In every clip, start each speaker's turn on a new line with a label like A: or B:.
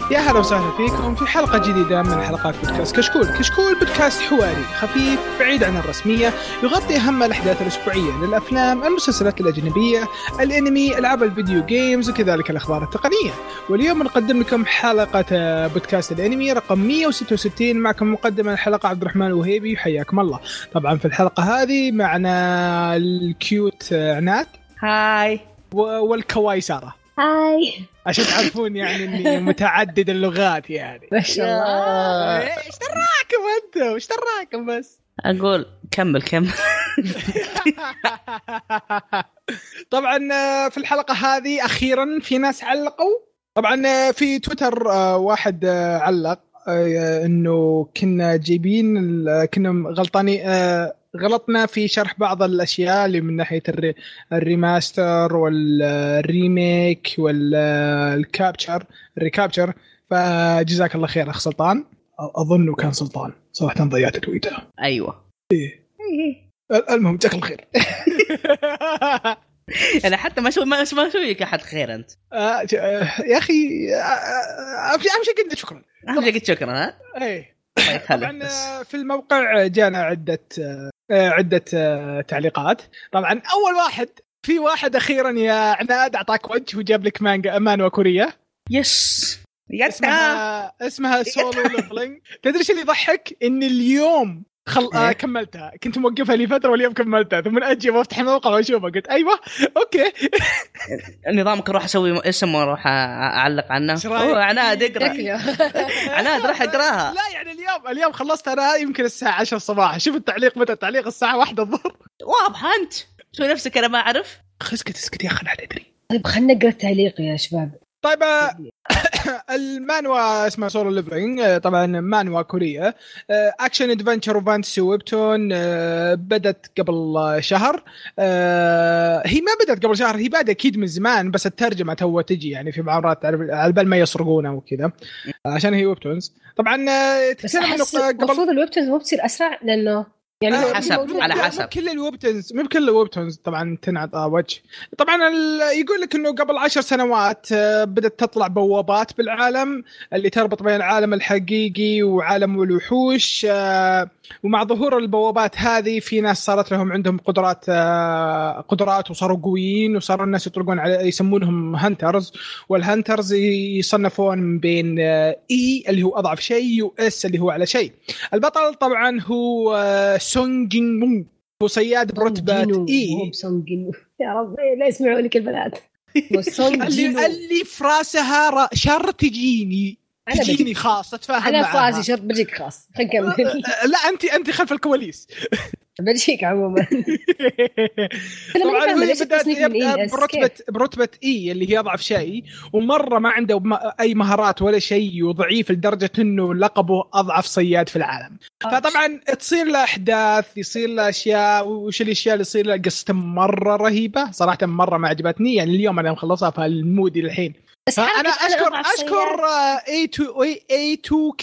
A: يا هلا وسهلا فيكم في حلقة جديدة من حلقات بودكاست كشكول. كشكول بودكاست حواري خفيف بعيد عن الرسمية، يغطي أهم الأحداث الأسبوعية للأفلام، المسلسلات الأجنبية، الأنمي، ألعاب الفيديو جيمز وكذلك الأخبار التقنية. واليوم نقدم لكم حلقة بودكاست الأنمي رقم 166. معكم مقدم الحلقة عبد الرحمن الوهيبي، حياكم الله. طبعا في الحلقة هذه معنا الكيوت عناد،
B: هاي،
A: والكواي سارة،
C: هاي،
A: عشان تعرفون يعني اني متعدد اللغات يعني.
C: ما شاء الله.
A: ايش دراكم انتم؟ ايش دراكم بس؟
B: اقول كمل.
A: طبعا في الحلقة هذه اخيرا في ناس علقوا. طبعا في تويتر واحد علق انه كنا جايبين كنا غلطنا في شرح بعض الأشياء اللي من ناحية الريماستر والريميك والريكابتشر. فجزاك الله خير أخ سلطان، أظنه كان سلطان صراحة، ضيعت تويته.
B: أيوة
A: إيه. المهم جزاك الله خير.
B: أنا حتى ما أسويك أحد خير أنت.
A: يا أخي أهم شيء قلت شكرا.
B: شكرا. ها
A: إيه.
B: طبعا
A: في الموقع جانا عدة تعليقات. طبعا أول واحد، في واحد أخيرا يا عناد أعطاك وجه وجاب لك مانوا كورية.
B: يس،
A: اسمها سولو ليفلينج. تدري ايش اللي يضحك؟ ان اليوم كملتها، كنت موقفها لفتره واليوم كملتها، ثم اجي وافتح الموقع واشوفها قلت ايوه اوكي.
B: نظامك اروح اسوي اسم واروح اعلق عنه. عناد اقرا. عناد راح اقراها.
A: لا يعني اليوم خلصت انا يمكن الساعه 10 الصباح. شوف التعليق، متى التعليق؟ الساعه 1 الظهر.
B: واضح انت شو نفسك انا ما اعرف.
A: اسكت يا اخي لا تدري.
C: طيب خلنا نقرا التعليق يا شباب.
A: طيب المانوا اسمها سولو ليفلينج، طبعا مانوا كورية، اكشن ادفنتشر وفانتسي ويبتون. بدت قبل شهر. هي ما بدت قبل شهر، هي بدأت اكيد من زمان، بس الترجمه تو تجي يعني في معارضات على بال ما يسرقونه وكذا، عشان هي ويبتونز. طبعا
C: تتكلم انه المفروض الويبتونز مو بتصير اسرع لانه يعني
B: على حسب
A: مو كل الويبتونز طبعا تنعطى وجه. طبعا يقول لك انه قبل 10 سنوات بدأت تطلع بوابات بالعالم اللي تربط بين العالم الحقيقي وعالم الوحوش. ومع ظهور البوابات هذه في ناس صارت لهم عندهم قدرات وصاروا قويين، وصاروا الناس يطلقون على يسمونهم هانترز. والهانترز يصنفون بين اي اللي هو اضعف شيء واس اللي هو على شيء. البطل طبعا هو سونج جين مونغ، هو صياد برتبة اي.
C: يا رب لا يسمعوا لك البنات.
A: اللي في راسها شر تجيني خاص اتفاهم
C: أنا
A: معها.
C: أنا فراسي شرط بجيك خاص. خلينا نكمل.
A: لا أنت خلف الكواليس.
C: بجيك عموما.
A: طبعا هي بدأت برتبة إي اللي هي أضعف شيء، ومرة ما عنده أي مهارات ولا شيء، وضعيف لدرجة إنه لقبه أضعف صياد في العالم. فطبعا تصير له أحداث، يصير له أشياء. وش الأشياء اللي يصير له؟ قصة مرة رهيبة صراحة، مرة ما عجبتني. يعني اليوم أنا مخلصها في المودي الحين. أنا أشكر A2K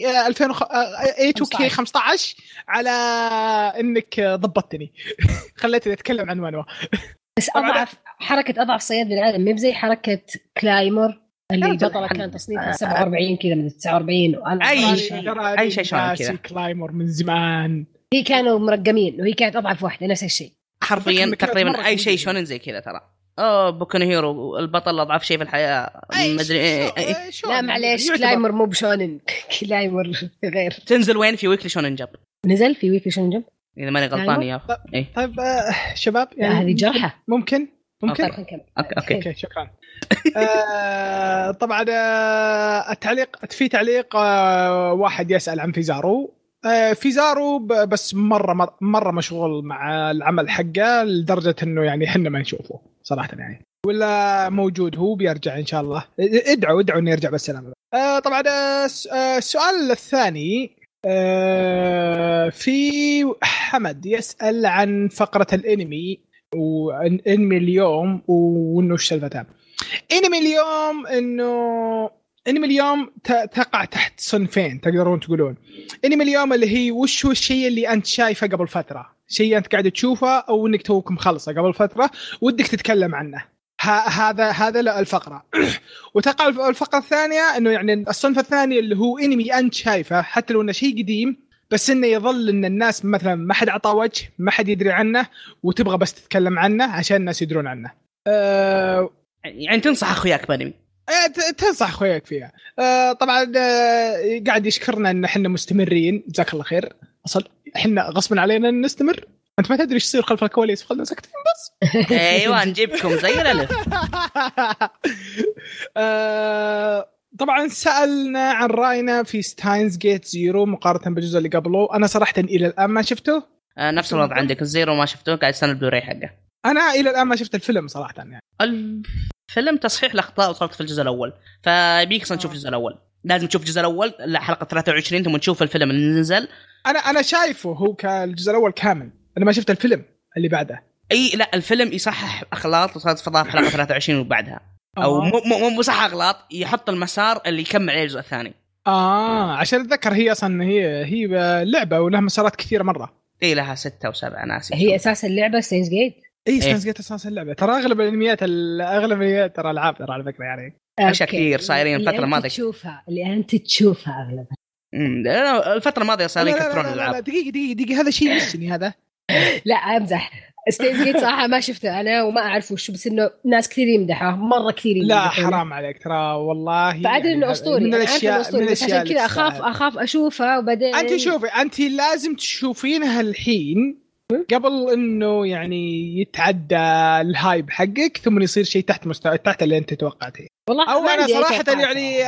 A: 15 على إنك ضبطتني. خليتني أتكلم عن مانوا.
C: بس حركة أضعف صياد بالعالم مو زي حركة كلايمر اللي بطلة كان تصنيفها 47 كذا من 49.
B: أي شيء شلون كذا.
A: كلايمر من زمان
C: هي كانوا مرقمين وهي كانت أضعف واحدة، نفس الشيء
B: حرفيا تقريبا. أي شيء شونن زي كذا ترى. بوكو هيرو البطل أضعف شيء في الحياة. مدري
C: لا معليش، كلايمر مو بشونن. كلايمر غير.
B: تنزل وين؟ في ويكلي شونن جمب.
C: نزل في ويكلي شونن جمب
B: إذا ماني غلطان يا أخي.
A: طيب شباب يعني
C: هذه جرحة.
A: ممكن
B: أوكي
A: شكرا. طبعا في تعليق واحد يسأل عن فيزارو بس مرة مشغول مع العمل حقه لدرجة انه يعني حنا ما نشوفه صراحة يعني، ولا موجود. هو بيرجع ان شاء الله. ادعوا انه يرجع بالسلامة. طبعا السؤال الثاني في حمد يسأل عن فقرة الانمي وانمي اليوم وانه ايش سالفتها. انمي اليوم تقع تحت صنفين تقدرون تقولون. انمي اليوم اللي هي وش هو الشيء اللي انت شايفه قبل فترة، شيء انت قاعد تشوفه او انك توك مخلصه قبل فترة ودك تتكلم عنه. هذا الفقرة. وتقع الفقرة الثانية انه يعني الصنف الثاني اللي هو انمي انت شايفه حتى لو انه شيء قديم بس انه يظل ان الناس مثلا ما حد عطاه وجه ما حد يدري عنه وتبغى بس تتكلم عنه عشان الناس يدرون عنه.
B: يعني تنصح اخوياك بانمي؟
A: تنصح اخوياك فيها. طبعا قاعد يشكرنا ان احنا مستمرين، جزاك الله خير. اصل احنا غصبا علينا نستمر، انت ما تدري ايش يصير خلف الكواليس خلنا ساكتين بس.
B: ايوه نجيبكم زي الالف.
A: طبعا سألنا عن رأينا في ستاينز جيت زيرو مقارنة بالجزء اللي قبله. أنا صراحة إلى الآن ما شفته.
B: نفس الوضع عندك، الزيرو ما شفته، قاعد استنى البلوراي حقه.
A: أنا إلى الآن ما شفت الفيلم صراحة يعني.
B: الفيلم تصحيح الأخطاء وصارت في الجزء الأول، فبيك أصلا تشوف الجزء الأول، لازم تشوف الجزء الأول حلقة 23 ثم تشوف الفيلم اللي نزل.
A: أنا شايفه هو كالجزء الأول كامل، أنا ما شفت الفيلم اللي بعده.
B: أي لا، الفيلم يصحح أغلاط وصارت فضاء في حلقة 23 وبعدها او مو صح اغلاط، يحط المسار اللي يكمل عليه الجزء الثاني.
A: عشان اتذكر هي اصلا هي لعبه ولها مسارات كثيره مره.
B: اي لها 6 و7 ناسي.
C: هي اساس اللعبه ستاينز جيت.
A: ستاينز جيت اساس اللعبه. ترى اغلب الانميات ترى العاب ترى على فكره يعني
B: اشياء كثير صايرين الفتره الماضيه
C: اللي انت تشوفها اغلبها.
B: الفتره الماضيه صار يكثرون الالعاب.
A: لا دقيقه هذا شيء يسني هذا.
C: لا امزح. ستاينز جيت صراحه ما شفته انا وما اعرف وش، بس انه ناس كثير يمدحه مره كثير.
A: لا حرام عليك ترى والله.
C: بعد
A: يعني
C: انه اسطوري
A: من الاشياء
C: بس عشان كذا اخاف اشوفه وبعدين.
A: انت شوفي، انت لازم تشوفينها الحين قبل انه يعني يتعدى الهايب حقك ثم يصير شيء تحت مستوى تحت اللي انت توقعتيه.
C: والله
A: او انا صراحه يعني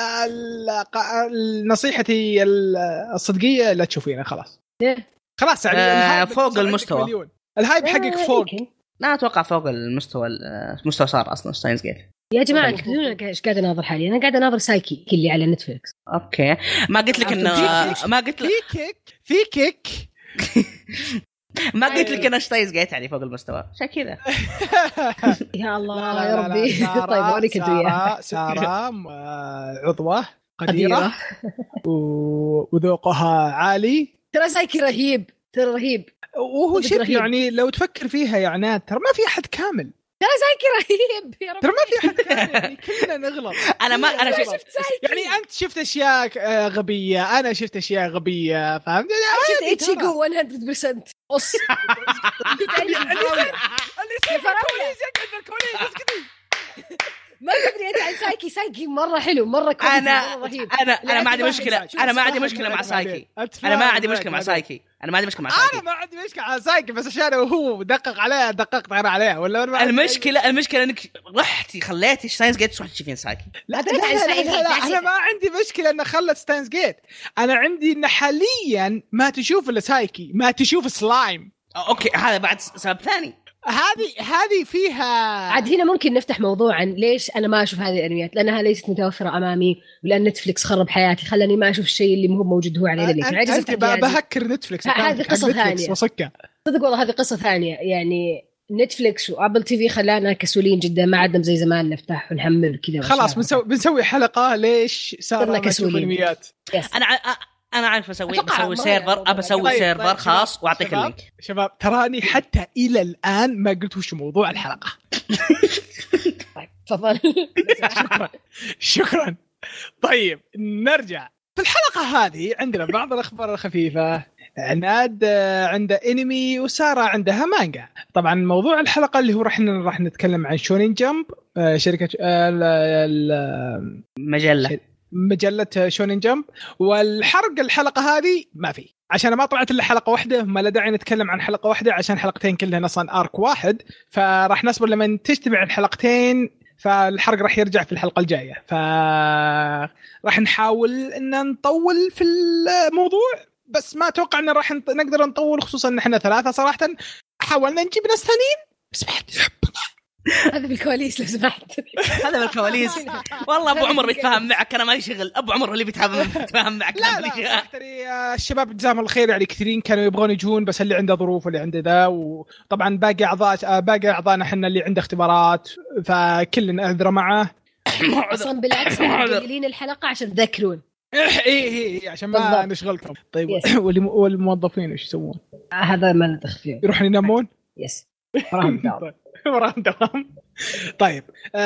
A: نصيحتي الصدقيه لا تشوفينها خلاص. خلاص يعني
B: فوق المستوى.
A: الهايب حقك فوق.
B: لا اتوقع فوق المستوى صار اصلا ستاينز جيت.
C: يا جماعه تدرون ايش قاعد اناظر حاليا؟ انا قاعد اناظر سايكي اللي على نتفلكس.
B: اوكي ما قلت لك انه ما قلت لك
A: في كيك
B: ما قلت لك انه ستاينز جيت يعني فوق المستوى عشان كذا.
C: يا الله يا ربي. طيب اوريك انت وياه.
A: سارة عضوة قديرة وذوقها عالي.
C: ترى سايكي رهيب، ترى رهيب.
A: وهو شيء يعني لو تفكر فيها يعني ترى ما في أحد كامل.
C: ترى سايكي رهيب يا رب.
A: ترى ما في أحد كامل يعني كلنا نغلط.
B: أنا
C: شفت سايكي.
A: يعني أنت شفت أشياء غبية، أنا شفت أشياء غبية، فهمت؟
C: شفت إيتشيغو 100%. قص. اللي ما تدري انت عن سايكي مره حلو مره كويس
B: مره رهيب. انا ما عندي مشكله، انا ما عندي مشكله مع سايكي. انا ما عندي مشكله مع سايكي. انا ما عندي مشكله مع سايكي
A: بس عشان هو دقق عليها دققت انا عليها ولا
B: المشكله انك رحتي خليتي ستاينز جيت تروح تشوفين سايكي.
A: لا انا ما عندي مشكله ان خلت ستاينز جيت، انا عندي ان حاليا ما تشوف الا سايكي، ما تشوف سلايم.
B: اوكي هذا بعد سبب ثاني.
A: هذه فيها
C: عاد هنا ممكن نفتح موضوع عن ليش أنا ما أشوف هذه الأنميات، لأنها ليست متوفرة أمامي، ولأن نتفليكس خرب حياتي خلاني ما أشوف الشيء اللي مو موجود هو عليه.
A: أنت بهكر نتفليكس.
C: هذه قصة ثانية
A: وصكة.
C: صدق والله هذه قصة ثانية. يعني نتفليكس وأبل تي في خلانا كسولين جدا، ما عدنا زي زمان نفتح ونحمل كذا.
A: خلاص بنسوي حلقة ليش صار كسولين أنميات.
B: أنا عارف أسوي سيرفر، أسوي سيرفر خاص وأعطيك اللينك.
A: شباب تراني حتى إلى الآن ما قلت وش موضوع الحلقة.
C: تفضل.
A: شكرا. طيب نرجع في الحلقة هذه. عندنا بعض الأخبار الخفيفة. عناد عنده انمي وسارة عندها مانجا. طبعا موضوع الحلقة اللي هو راح نتكلم عن شونين جمب، شركة مجلة شونين جمب. والحرق الحلقة هذه ما في، عشان ما طلعت إلا حلقة واحدة، ما لا داعي نتكلم عن حلقة واحدة عشان حلقتين كلها أصلا آرك واحد، فراح نصبر لما تجتمع الحلقتين، فالحرق راح يرجع في الحلقة الجاية. فراح نحاول إن نطول في الموضوع، بس ما أتوقع إن راح نقدر نطول، خصوصا إن إحنا 3 صراحة. حاولنا نجيب ناس ثانيين بس ما حد يحبنا.
C: هذا بالكواليس لو سمحت.
B: هذا بالكواليس. والله ابو عمر بيتفاهم معك، انا ما شغل. ابو عمر اللي بيتفاهم معك.
A: لا الشباب جزاهم الخير يعني كثيرين كانوا يبغون يجون، بس اللي عنده ظروف واللي عنده ذا، وطبعا باقي اعضائنا احنا اللي عنده اختبارات، فكلنا اعذر معه.
C: اصلا بالعكس مقللين الحلقه عشان تذكرون.
A: ايه عشان ما نشغلكم. طيب والموظفين ايش يسوون؟
C: هذا ما ندخل فيه.
A: يروحون ينامون.
C: يس
A: وراهم دوام. طيب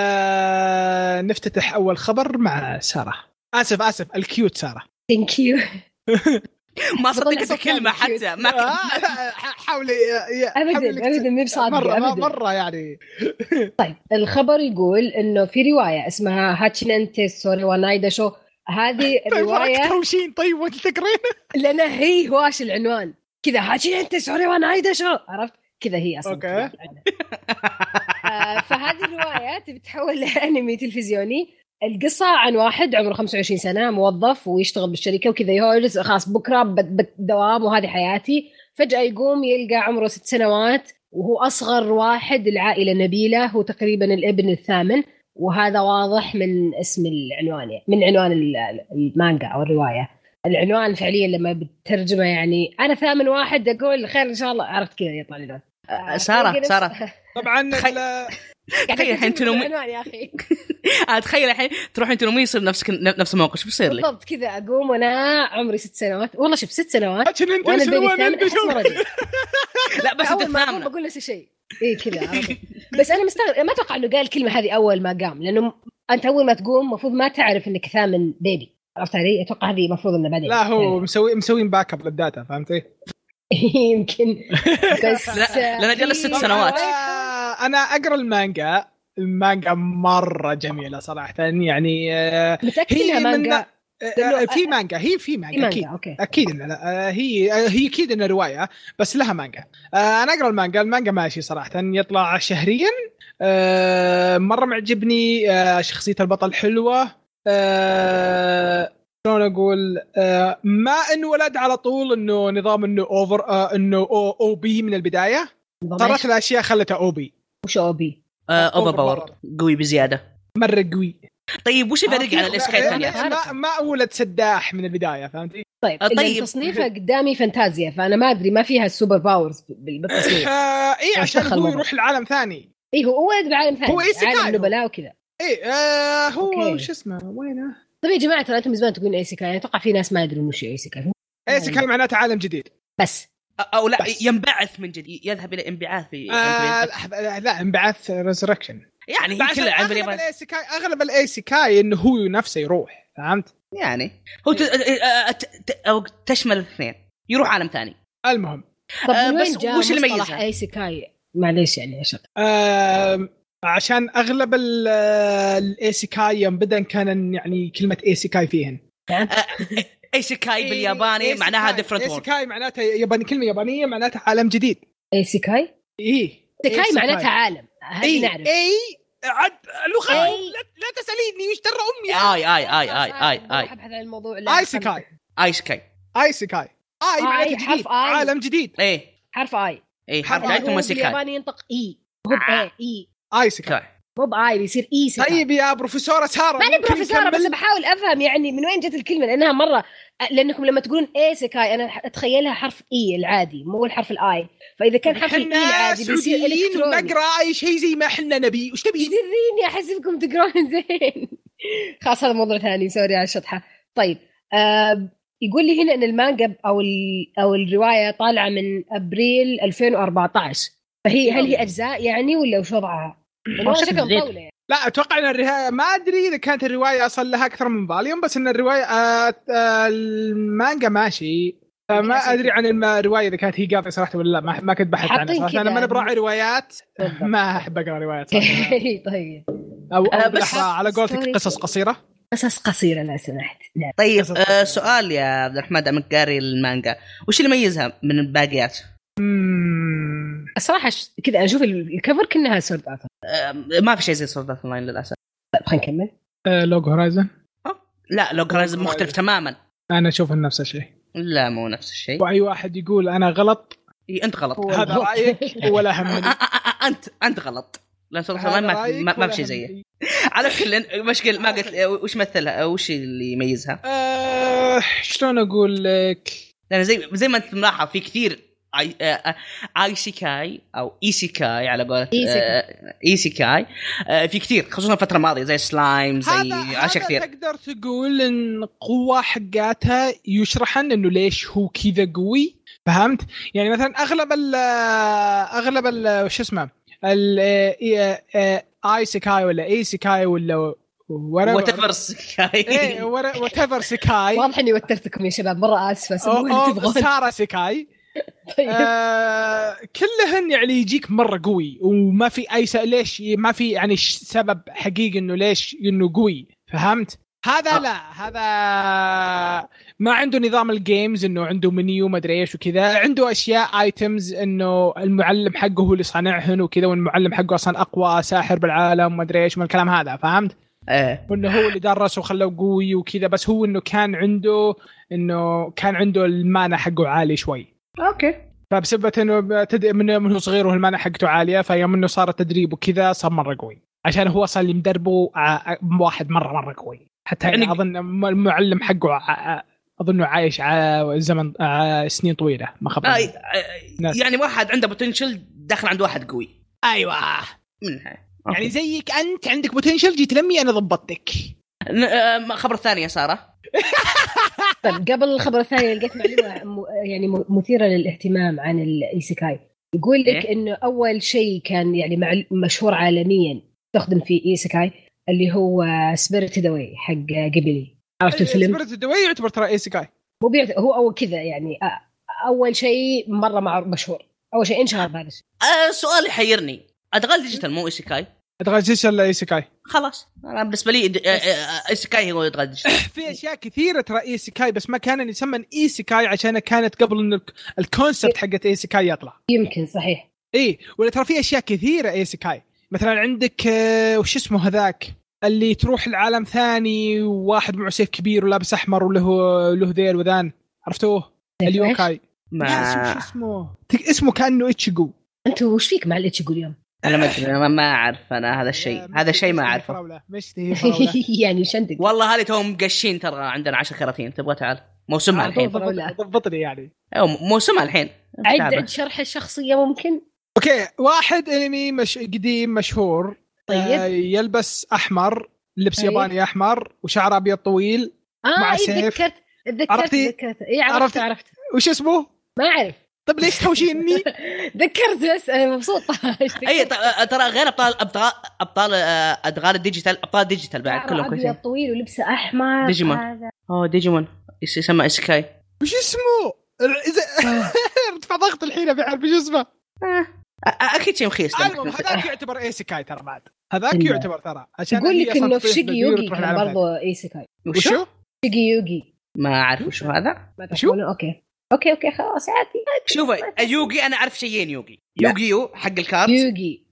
A: نفتتح أول خبر مع سارة. آسف الكيوت سارة.
C: ثانك يو.
B: ما صدقت الكلمة حتى ما
A: حاولي
C: أبدا مو بصادقة
A: مرة يعني.
C: طيب الخبر يقول إنه في رواية اسمها هاتشيننتي سوري ونايدا شو. هذه الرواية
A: طيب وانت تقرين
C: لأنها هي هواش العنوان كذا هاتشيننتي سوري ونايدا شو عرفت كذا هي أصلا.
A: أوكي.
C: فهذه الرواية تتحول لأنمي تلفزيوني. القصة عن واحد عمره 25 سنة موظف ويشتغل بالشركة وكذا يهوجس خلاص بكرة بالدوام وهذه حياتي. فجأة يقوم يلقى عمره 6 سنوات وهو أصغر واحد العائلة نبيلة. هو تقريبا الابن الثامن وهذا واضح من اسم العنوان من عنوان المانجا أو الرواية. العنوان فعليا لما بترجمه يعني أنا ثامن واحد أقول خير إن شاء الله عرفت كذا يطلع لنا.
B: سارة
A: طبعا
C: تخيل الحين تنومي يا أخي.
B: تخيل الحين تروح انت نومي يصير نفس الموقف شو بيصير لي
C: بالضبط كذا. أقوم وأنا عمري 6 سنوات والله شوف 6 سنوات
A: وأنا البيبي الثامن
B: لا بس
C: أول ما أقوم بقول نفس الشيء إيه كذا. بس أنا مستغرب ما أتوقع إنه قال الكلمة هذه أول ما قام لأنه أنت أول ما تقوم مفروض ما تعرف إنك ثامن بيبي عرفت علي. أتوقع هذه مفروض إنه بعدين
A: لا هو مسوين باك اب للداتا فهمتي.
C: يمكن بس
B: لأن جلس 6 سنوات.
A: أنا أقرأ المانجا مرة جميلة صراحة يعني.
C: متأكد إنها مانجا
A: في مانجا أكيد هي أكيد إنها رواية بس لها مانجا. أنا أقرأ المانجا ماشي صراحة يطلع شهريا. مرة معجبني شخصية البطل حلوة. شلون أقول ما إنه ولد على طول إنه نظام إنه أوفر إنه أو بي من البداية. صارت الأشياء خلتها أو بي.
C: وش أو بي؟
B: أوفر باور قوي بزيادة مرة
A: قوي.
B: طيب وش يفرق عن الإسكاي الثانية؟
A: ما ولد سداح من البداية فهمتي.
C: طيب تصنيفه قدامي فانتازيا فأنا ما أدري ما فيها السوبر باورز بالتصنيف.
A: إيه عشان هو يروح العالم ثاني.
C: إيه هو ولد بعالم ثاني
A: هو
C: عالم نبلاء وكذا.
A: إيه هو وش اسمه وينه.
C: طيب يا جماعة ترى أنتم زمان تقولون ايسيكاي. أتوقع في ناس ما يدرون وش ايسيكاي.
A: ايسيكاي معناته عالم جديد
C: بس
B: أو لا بس. ينبعث من جديد يذهب إلى انبعاث في
A: لا انبعاث ريزركشن يعني هي كلها عن أغلب الايسيكاي إنه هو نفسه يروح فهمت
B: يعني هو أو تشمل الاثنين يروح عالم ثاني.
A: المهم
C: بس وش اللي يميزها ايسيكاي معليش يعني ايش
A: عشان اغلب الايسيكاي بدأ كان يعني كلمه ايسيكاي فيهن.
B: ايسيكاي بالياباني معناها ديفرنت وورد.
A: ايسيكاي معناتها ياباني كلمه يابانيه معناتها عالم جديد.
C: ايسيكاي ايسيكاي معناتها عالم نعرف
A: عد لغه لا تساليني وش ترى امي.
B: اي
C: ابحث عن الموضوع.
A: ايسيكاي معناتها عالم جديد.
B: ايه
C: حرف اي
B: حرف اي ثم سيكاي
C: الياباني ينطق اي هو اي
A: ايسيكاي
C: مو باي بيصير ايسيكاي.
A: طيب يا بروفيسوره ساره
C: ماني بروفيسوره بس بحاول افهم يعني من وين جت الكلمه لانها مره لانكم لما تقولون ايسيكاي انا اتخيلها حرف اي العادي مو الحرف الاي. فاذا كان حرف الاي العادي بيصير الكتروني
A: نقرا اي شيء زي ما احنا نبي. وش تبي
C: تدريني احسبكم تقرون زين. خلاص هذا موضوع ثاني سوري على الشطحه. طيب يقول لي هنا ان المانجا او الروايه طالعه من ابريل 2014 فهي هل هي اجزاء يعني ولا وش وضعها؟ شكل طوله يعني.
A: لا اتوقع ان الروايه ما ادري اذا كانت الروايه اصل لها اكثر من فاليوم بس ان الروايه المانجا ماشي. ما ادري عن الروايه اذا كانت هي قاطعه صراحه ولا لا ما كنت بحثت عنها صراحه. انا ما براعي روايات ما احب اقرا روايات صراحه.
C: طيب
A: او بس على قولتك قصص قصيره
C: لا سمحت.
B: طيب سؤال يا عبد الرحمن دامك قاري المانجا وش اللي يميزها من الباقيات؟
C: الصراحه كذا اشوف الكفر كأنها سورد آرت.
B: ما في شيء زي سورد آرت أونلاين للاسف.
C: طيب خلينا نكمل.
A: لوج هورايزن
B: لا لوج هورايزن مختلف تماما.
A: انا اشوف نفس الشيء.
B: لا مو نفس الشيء.
A: واي واحد يقول انا غلط
B: انت غلط
A: هذا رايك ولا همني.
B: انت غلط لان سورد آرت أونلاين ما في شيء زيه. على كل مشكل ما قلت وش مثلها وش اللي يميزها.
A: شلون اقول لك
B: لان زي ما انت ملاحظ في كثير ايسيكاي او ايسيكاي على قولة ايسيكاي في كثير خصوصا الفترة الماضية زي سلايم زي اشياء كثير.
A: تقدر تقول ان قوة حقاتها يشرحن انه ليش هو كذا قوي فهمت؟ يعني مثلا اغلب وش اسمه اي سيكاي ولا اي سيكاي ولا
B: واتفر سيكاي.
A: ايه واتفر سيكاي.
C: واضح اني وترتكم يا شباب، مره اسفه، سووا اللي تبغون.
A: سارة سيكاي. كلهن يعني يجيك مره قوي وما في اي ليش ما في يعني سبب حقيقي انه ليش انه قوي. فهمت؟ هذا لا، هذا ما عنده نظام الجيمز انه عنده منيو ما ادري ايش وكذا. عنده اشياء ايتمز انه المعلم حقه هو اللي صانعهن وكذا، والمعلم حقه اصلا اقوى ساحر بالعالم ما ادري ايش من الكلام هذا. فهمت؟ وانه هو اللي درسه وخلاه قوي وكذا، بس هو انه كان عنده المانا حقه عالي شوي.
B: اوكي.
A: فبسبب انه من هو صغير والمانا حقته عاليه، فيوم انه صار التدريب وكذا صار مره قوي، عشان هو صار اللي مدربه واحد مره قوي. حتى يعني اظن المعلم حقه اظنه عايش زمن سنين طويله ما خبر.
B: يعني واحد عنده بوتنشل داخل عند واحد قوي.
A: ايوه
B: منها.
A: يعني زيك انت عندك بوتنشل، جيت لمي انا ضبطتك.
B: خبر ثاني يا ساره.
C: طيب قبل الخبر الثاني لقيت معلومه يعني مثيره للاهتمام عن الايسيكاي. يقول لك انه اول شيء كان يعني مشهور عالميا تستخدم في ايسيكاي اللي هو سبيريت داوي حق قبلي. عرفت الفيلم؟
A: سبيريت داوي يعتبر ترى ايسيكاي،
C: مو هو أول كذا يعني. اول شيء مره مشهور، اول شيء انشهر بهذا الشيء.
B: سؤال يحيرني، ادغال ديجيتال مو ايسيكاي؟
A: ادغال ديجيتال لا ايسيكاي.
B: خلاص انا بالنسبه لي ايسيكاي هو ادغال ديجيتال.
A: في اشياء كثيره ترى ايسيكاي، بس ما كان يسمى ايسيكاي عشان كانت قبل ان الكونسبت حقت ايسيكاي يطلع.
C: يمكن صحيح.
A: ايه ولا ترى في اشياء كثيره ايسيكاي. مثلا عندك وش اسمه هذاك اللي تروح العالم ثاني وواحد معه سيف كبير ولابس احمر وله ذيل وذان، عرفتوه؟ اليوكاي.
B: ما
A: اسمه كانه اتشيجو.
C: انت وش فيك مع الاتشيجو اليوم؟
B: انا ما اعرف انا هذا الشيء ما اعرفه.
C: يعني شندق
B: والله هذه توهم مقشين ترى. عندنا 10 كراتين تبغى تعال موسمها الحين.
A: ضبطني يعني
B: موسمها الحين.
C: عد شرح الشخصيه ممكن.
A: اوكي واحد انمي قديم مشهور.
C: طيب.
A: يلبس احمر، لبس ياباني احمر وشعر ابيض طويل مع سيف.
C: تذكرت. اي عرفت.
A: وش اسمه؟
C: ما اعرف.
A: طب ليش توشيني؟
C: ذكرت بس انا مبسوطه.
B: اي ترى غير ابطال ادغال الديجيتال، ابطال ديجيتال بعد كلهم كويسين.
C: ابيض طويل ولبسه احمر.
B: ديجيمون يسمى ايسيكاي.
A: وش اسمه؟ ارتفع ضغط الحين بيعرف وش اسمه.
B: اكيد شيء مخيس.
A: هذاك يعتبر ايسيكاي ترى بعد. هذاك يعتبر ترى عشان
C: يقول لك انه في شيجي يوغي كان برضه ايسيكاي.
A: وشو
C: شيجي يوغي؟
B: ما اعرف وشو هذا.
C: شو اوكي خلاص عادي.
B: شوف يوغي انا اعرف شيئين. يوغي حق الكارت.
C: يوغي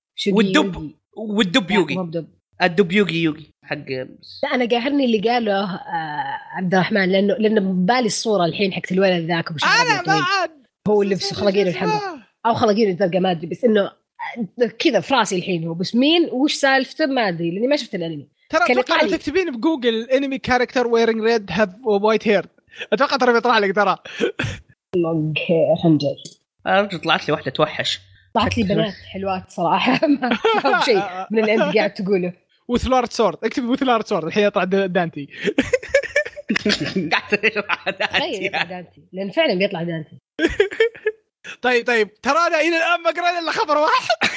B: والدب يوغي. الدب يوغي حق.
C: لا انا قاهرني اللي قاله عبد الرحمن لانه ببالي الصوره الحين حقت الولد ذاك
A: انا ما عاد
C: هو اللي لبسه خلاقين الحمد او خلاقين الزرقاء ما ادري، بس انه كذا في راسي الحين هو، بس مين وش سالفته ما ادري لاني ما شفت الانمي.
A: ترى اتوقع لو تكتبين بجوجل انمي كاركتر ويرينج ريد هاف وايت هير اتوقع ترى بيطلع لك ترى
C: لونج هير هنجر.
B: طلعت لي واحده توحش.
C: طلعت لي بنات حلوات صراحه ما هو شيء من اللي انت قاعد تقوله.
A: وثلارد سورد، اكتب وثلارد سورد الحين يطلع دانتي.
B: قاعد تشرح
C: دانتي لان فعلا بيطلع دانتي.
A: طيب ترانا الى الان ما قرأنا الا خبر واحد.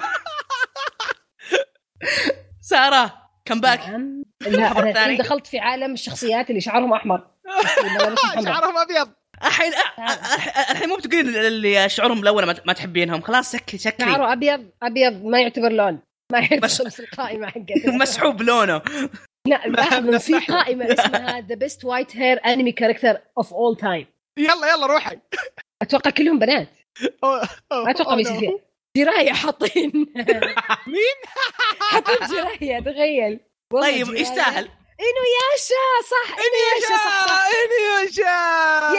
B: سارة كم باك.
C: لا انا دخلت في عالم الشخصيات اللي شعرهم احمر
A: شعرهم ابيض.
B: الحين مو بتقولين اللي شعورهم الاول ما تحبينهم خلاص سكري.
C: شعره ابيض ما يعتبر لون، ما يدخل في القائمه حقته.
B: مسحوب لونه.
C: لا في قائمه اسمها The Best White Hair Anime Character of All Time.
A: يلا روحي.
C: اتوقع كلهم بنات. ما اتوقع بيصير جرايه حاطين.
A: مين
C: حاطين جرايه تخيل.
B: طيب يستاهل.
C: إنوياشا صح.
A: إنوياشا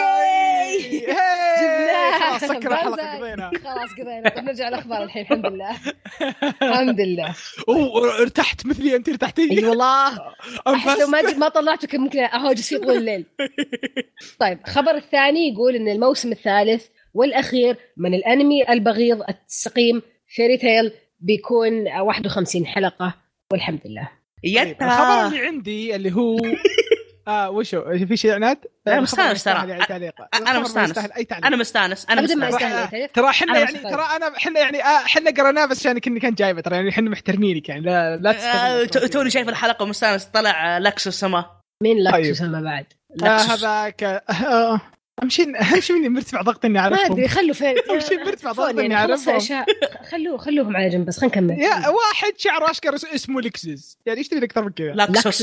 C: جبناه.
A: خلاص سكر الحلقة
C: قضينا. نرجع الأخبار الحين. الحمد لله
A: ارتحت مثلي أنت ارتحتي.
C: أي والله لو ما طلعته كان ممكن أهوجس فيه طول الليل. طيب خبر الثاني يقول إن الموسم الثالث والأخير من الأنمي البغيض السقيم فيري تيل بيكون 51 حلقة والحمد لله.
A: الخبر اللي عندي اللي هو وشو في شيء عناد؟
B: انا مستانس ترى. انا مستانس
A: ترى احنا يعني ترى احنا يعني احنا قرناه بس عشان كان جايبه ترى يعني احنا محترمينك يعني لا
B: توني شايف الحلقه ومستانس. طلع لاكسوس سما.
C: مين لاكسوس سما بعد؟
A: هذاك امشي مني مرتفع ضغط اني اعرفهم.
C: ما ادري خلوا فين
A: امشي مرتفع ضغط اني اعرفهم.
C: خلوهم على جنب بس خلينا نكمل.
A: يا واحد شعره اشقر اسمه لكسس يعني ايش تبي اكثر من كذا؟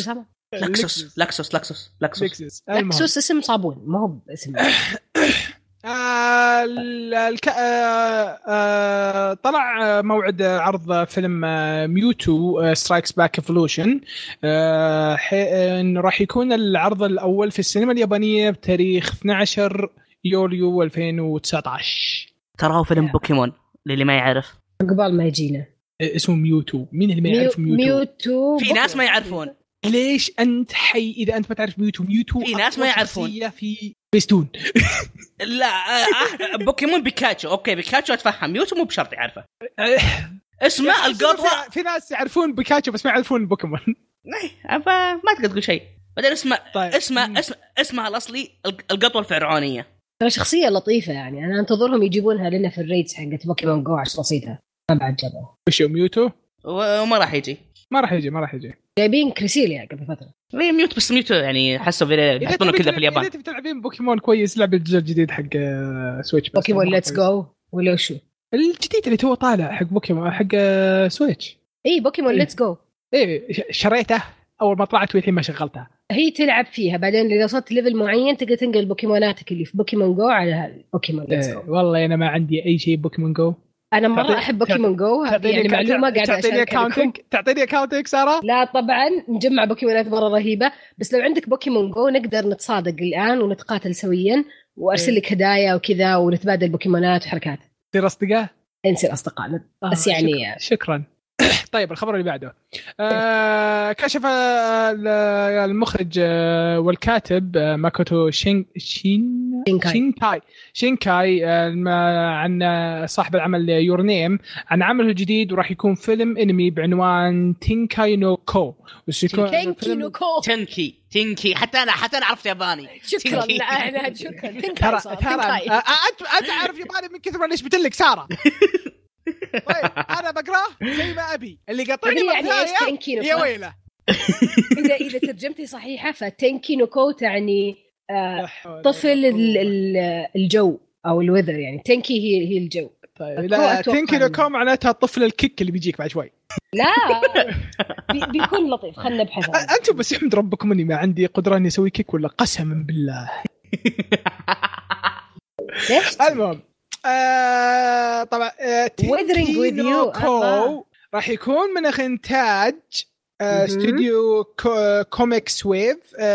C: لاكسوس اسم صابون ما هو اسم.
A: طلع موعد عرض فيلم ميوتو سترايكس باك ايفولوشن. راح يكون العرض الأول في السينما اليابانية بتاريخ 12 يوليو 2019.
B: تراه فيلم بوكيمون للي ما يعرف
C: قبل ما يجينا.
A: اسمه ميوتو. مين اللي ما يعرف
C: ميوتو؟
B: في ناس ما يعرفون.
A: ليش أنت حي إذا أنت ما تعرف ميوتو
B: في ناس ما يعرفون
A: في بيستون.
B: لا بوكيمون بيكاتشو. اوكي بيكاتشو اتفهم. ميوتو مو بشرط يعرفه. اسمه القطوة.
A: في ناس يعرفون بيكاتشو بس ما يعرفون بوكيمون.
B: ما تقدر تقول شيء. بعدين
A: طيب.
B: اسمها الاصلي القطوة الفرعونية.
C: ترى شخصية لطيفة يعني. انا انتظرهم يجيبونها لنا في الريدز حقت بوكيمون جو عشان رصيدها. ما بعد جابوها.
A: وش ميوتو؟
B: وما راح يجي.
A: ما راح يجي.
C: جايبين كريسيليا قبل فترة.
B: ميوت بس ميوتو يعني حسوا يحطونه كذا في اليابان.
A: إذا تلعبين بوكيمون كويس لعب الجزء الجديد حق سويتش.
C: بوكيمون ليتس جو ولا شو
A: الجديد اللي تو طالع حق بوكيمون حق سويتش.
C: اي بوكيمون ليتس جو.
A: شريته اول ما طلعت والحين ما شغلتها.
C: هي تلعب فيها بعدين اذا وصلت ليفل معين تقدر تنقل بوكيموناتك اللي في بوكيمون جو على بوكيمون ليتس جو.
A: والله انا ما عندي اي شيء بوكيمون جو.
C: انا مره احب بوكيمون جو. يعني معلومه قاعده
A: تعطيني اكاونتك ساره.
C: لا طبعا نجمع بوكيمونات مره رهيبه بس لو عندك بوكيمون جو نقدر نتصادق الان ونتقاتل سويا وارسل لك هدايا وكذا ونتبادل بوكيمونات وحركات.
A: تصير اصدقاء.
C: نصير اصدقاء بس يعني
A: شكرا. طيب الخبر اللي بعده كشف المخرج والكاتب ماكوتو شينكاي عن صاحب العمل يور نيم عن عمله الجديد وراح يكون فيلم انمي بعنوان تينكاي نو كو.
B: تينكي حتى انا عرفت ياباني.
C: شكرا. لا شكرا. تينكاي
A: انت عارف ياباني من كثر ما ليش بتلك ساره. طيب انا بقراه زي ما ابي اللي قطعني
C: يعني
A: يا ويله.
C: اذا ترجمتي صحيحه فتنكي نوكو تعني طفل الجو او الوذر يعني تنكي هي الجو.
A: طيب لا تنكي نوكو معناتها الطفل الكيك اللي بيجيك بعد شوي.
C: لا بيكون لطيف. خلنا نبحث.
A: انتم بس يحمد ربكم اني ما عندي قدره اني اسوي كيك ولا قسما بالله. المهم طبعا تينكي نو كو راح يكون من إنتاج استوديو كوميكس ويف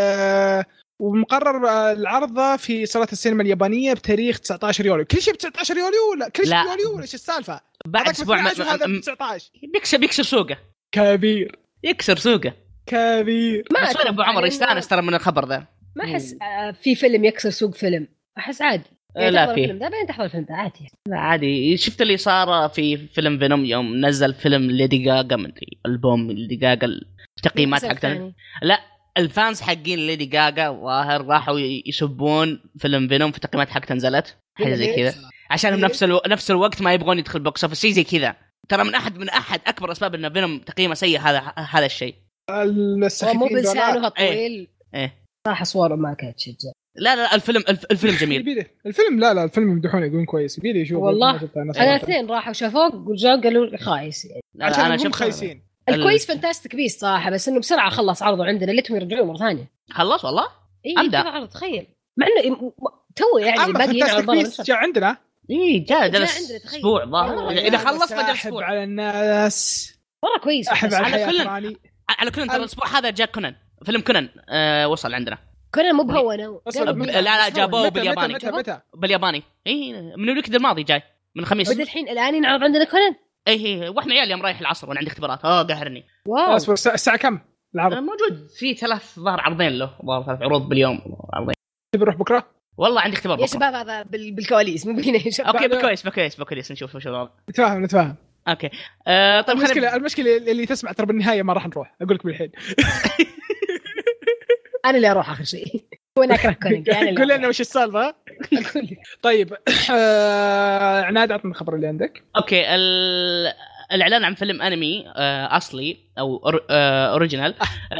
A: ومقرر العرض في صالة السينما اليابانية بتاريخ 19 يوليو. كل شيء ب 19 يوليو ولا كل شيء يوليو ولا ايش السالفة؟
B: بعد اسبوع
A: هذا 19
B: بيكسر سوقه
A: كبير.
B: يكسر سوقه كبير.
C: ما
B: أصير ابو عمر يستانس ترى من الخبر ذا.
C: ما احس في فيلم يكسر سوق فيلم. احس عادي.
B: لا فيه.
C: ده بين تحضر الفيلم ده عادي.
B: لا عادي. شفت اللي صار في فيلم فينوم يوم نزل فيلم ليدي غاغا مدري البوم ليدي غاغا التقييمات حقتها. لا الفانز حقين ليدي غاغا ظاهر راحوا يسبون فيلم فينوم في التقييمات حقتها نزلت حاجه زي كذا عشان نفس الوقت ما يبغون يدخل بوكس اوفيس زي كذا. ترى من احد اكبر اسباب ان فينوم تقييمه سيء هذا الشيء.
C: مو بلسانه الطويل.
B: ايه
C: صح صوره ما كانت تشجع.
B: لا الفيلم جميل.
A: الفيلم لا الفيلم يمدحونه يقولون كويس. يبيلي يشوف
C: والله انا اثنين راحوا شافوه وجاء قالوا خايس يعني.
A: عشان انا شفت خايسين.
C: الكويس فانتاستيك بيست صراحه بس انه بسرعه خلص عرضه عندنا ليتهم يرجعوا مره ثانيه.
B: خلص والله
C: ابدا عرض تخيل مع انه تو يعني باقي عرض
A: جاء عندنا.
B: جاء جلس اسبوع ظاهر اذا خلص بدا اسبوع
A: على الناس
C: مره كويس.
B: على كل ترى الاسبوع هذا جاء كونان فيلم كونان وصل عندنا.
C: كونان مو بهونه.
B: لا جابوه بالياباني. بالياباني من الويكند الماضي جاي من الخميس.
C: بدل الحين الان ينعرض عندنا كونان.
B: ايه واحنا عيال يوم رايح العصر وانا عندي اختبارات قهرني.
A: اصبر الساعه كم العرض؟
B: موجود في 3 ظهر عرضين له ظهر 3 عروض باليوم عرضين.
A: تبي نروح بكره؟
B: والله عندي اختبار بكره
C: يا شباب هذا بالكواليس مو بينا.
B: اوكي بكويس نشوف وش الوضع.
A: نتفاهم
B: اوكي طيب
A: المشكله اللي تسمع ترى بالنهايه ما راح نروح اقول لك بالحين.
C: انا اللي اروح اخر شيء. وانا اكره كونج.
A: قول لنا وش السالفه. طيب عناد عطنا الخبر اللي عندك.
B: اوكي الاعلان عن فيلم انمي اصلي او اوريجينال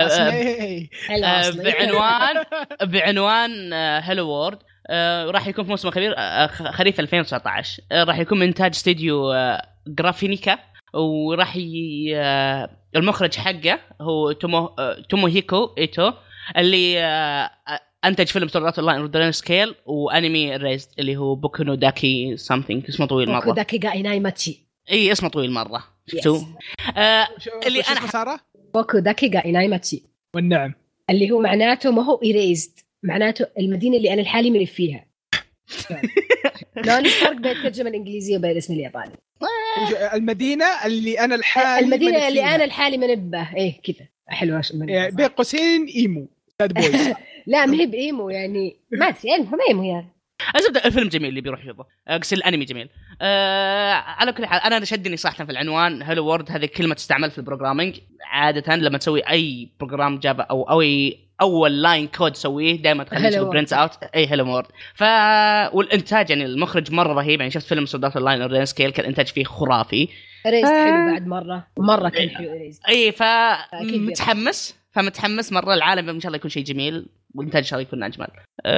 B: بعنوان هيلو وورد. راح يكون في موسم خريف 2019. راح يكون من انتاج استديو جرافينيكا، وراح المخرج حقه هو توموهيكو ايتو اللي انتج فيلم سورد آرت اونلاين اوردرين سكيل وانمي ريزد اللي هو بوكو نو داكي سامثينج. اسمه طويل مره.
C: بوكو داكي غا ايناي ماتشي.
B: اي اسمه طويل مره. شفتوا
A: اللي انا صار
C: بوكو داكي غا ايناي ماتشي.
A: والنعم
C: اللي هو معناته ما هو إيريزد، معناته المدينة اللي أنا الحالي من فيها. لا الفرق بين الترجمة الإنجليزية وبين الاسم الياباني.
A: المدينة اللي أنا الحالي
C: المدينة اللي أنا الحالي من بها. إيه كذا حلوة.
A: بين قوسين إيمو ساد بويز.
C: لا ما هي بإيمو يعني ما أدري يعني ما إيمو يعني.
B: أزبد الفيلم جميل اللي بيروح يضه. أقصد الأنمي جميل. على كل حال أنا شدني صراحة في العنوان هيلو وورد. هذه كلمة تستعمل في البروجرامينج عادة لما تسوي أي بروجرام جافا أو أول لاين كود تسويه دائما تخليه برنت أوت أي هيلو وورد. والإنتاج يعني المخرج مرة رهيب. يعني شفت فيلم سورد آرت أونلاين أوردرين سكيل كان الإنتاج فيه خرافي.
C: ريست حلو بعد مرة كان حلو ريست.
B: أي فمتحمس مرة. العالم إن شاء الله يكون شيء جميل والإنتاج إن شاء الله يكون أجمل.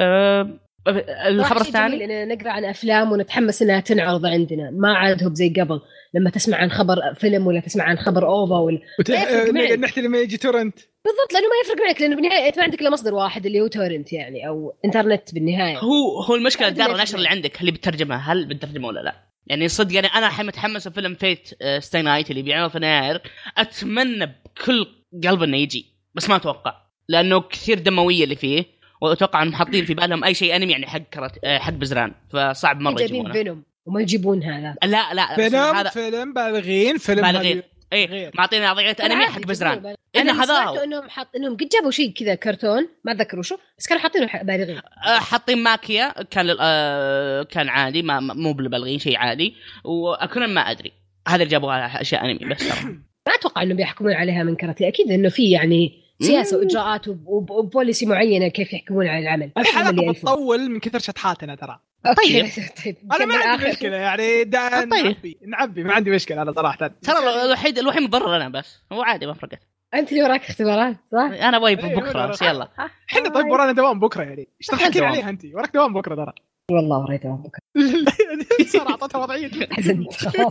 B: الخبر الثاني
C: إننا نقرأ عن أفلام ونتحمس إنها تنعرض عندنا. ما عاد هو زي قبل لما تسمع عن خبر فيلم ولا تسمع عن خبر أوفا ولا
A: نحتاج لما يجي تورنت.
C: بالضبط لأنه ما يفرق معك لأنه بالنهاية ما عندك إلا مصدر واحد اللي هو تورنت يعني أو إنترنت بالنهاية.
B: هو المشكلة دار النشر اللي عندك اللي بترجمها هل بتترجمه ولا لا. يعني صدق يعني أنا الحين متحمس فيلم فيت ستاي نايت اللي بيعمله في يناير. أتمنى بكل قلب إنه يجي بس ما أتوقع لأنه كثير دموية اللي فيه. وأتوقع أن محطين في بالهم أي شيء أنمي يعني حق بزران فصعب مرة
C: يجيبونه. فينوم وما يجيبون هذا.
B: لا
A: فيلم فيلم بالغين
B: إيه معطينا وضعية أنمي حق بزران. إن هذا هو
C: إنهم قد جابوا شيء كذا كرتون ما أذكر وشو بس كانوا حاطينه بالغين.
B: حاطين ماكيا كان عادي مو بالبالغين شيء عادي. وأكون ما أدري هذا جابوها أشياء أنمي بس
C: ما أتوقع إنه بيحكمون عليها من كرتي. أكيد إنه في يعني سياسة وإجراءات وبوليسي معينة كيف يحكمون على العمل.
A: الحلقة بتطول من كثر شطحاتنا ترى.
B: طيب
A: أنا ما عندي مشكلة يعني نعبي ما عندي مشكلة أنا صراحة.
B: ترى الوحيد مضر أنا بس هو عادي ما فرقت.
C: أنت اللي وراك اختبارات صح؟
B: أنا وايب بكرة يلا.
A: إحنا طيب ورانا دوام بكرة يعني. إيش تحكي عليها أنت وراك دوام بكرة ترى.
C: والله وريت دوام بكرة.
A: صار عطتها وضعية.
C: حزنت خلاص.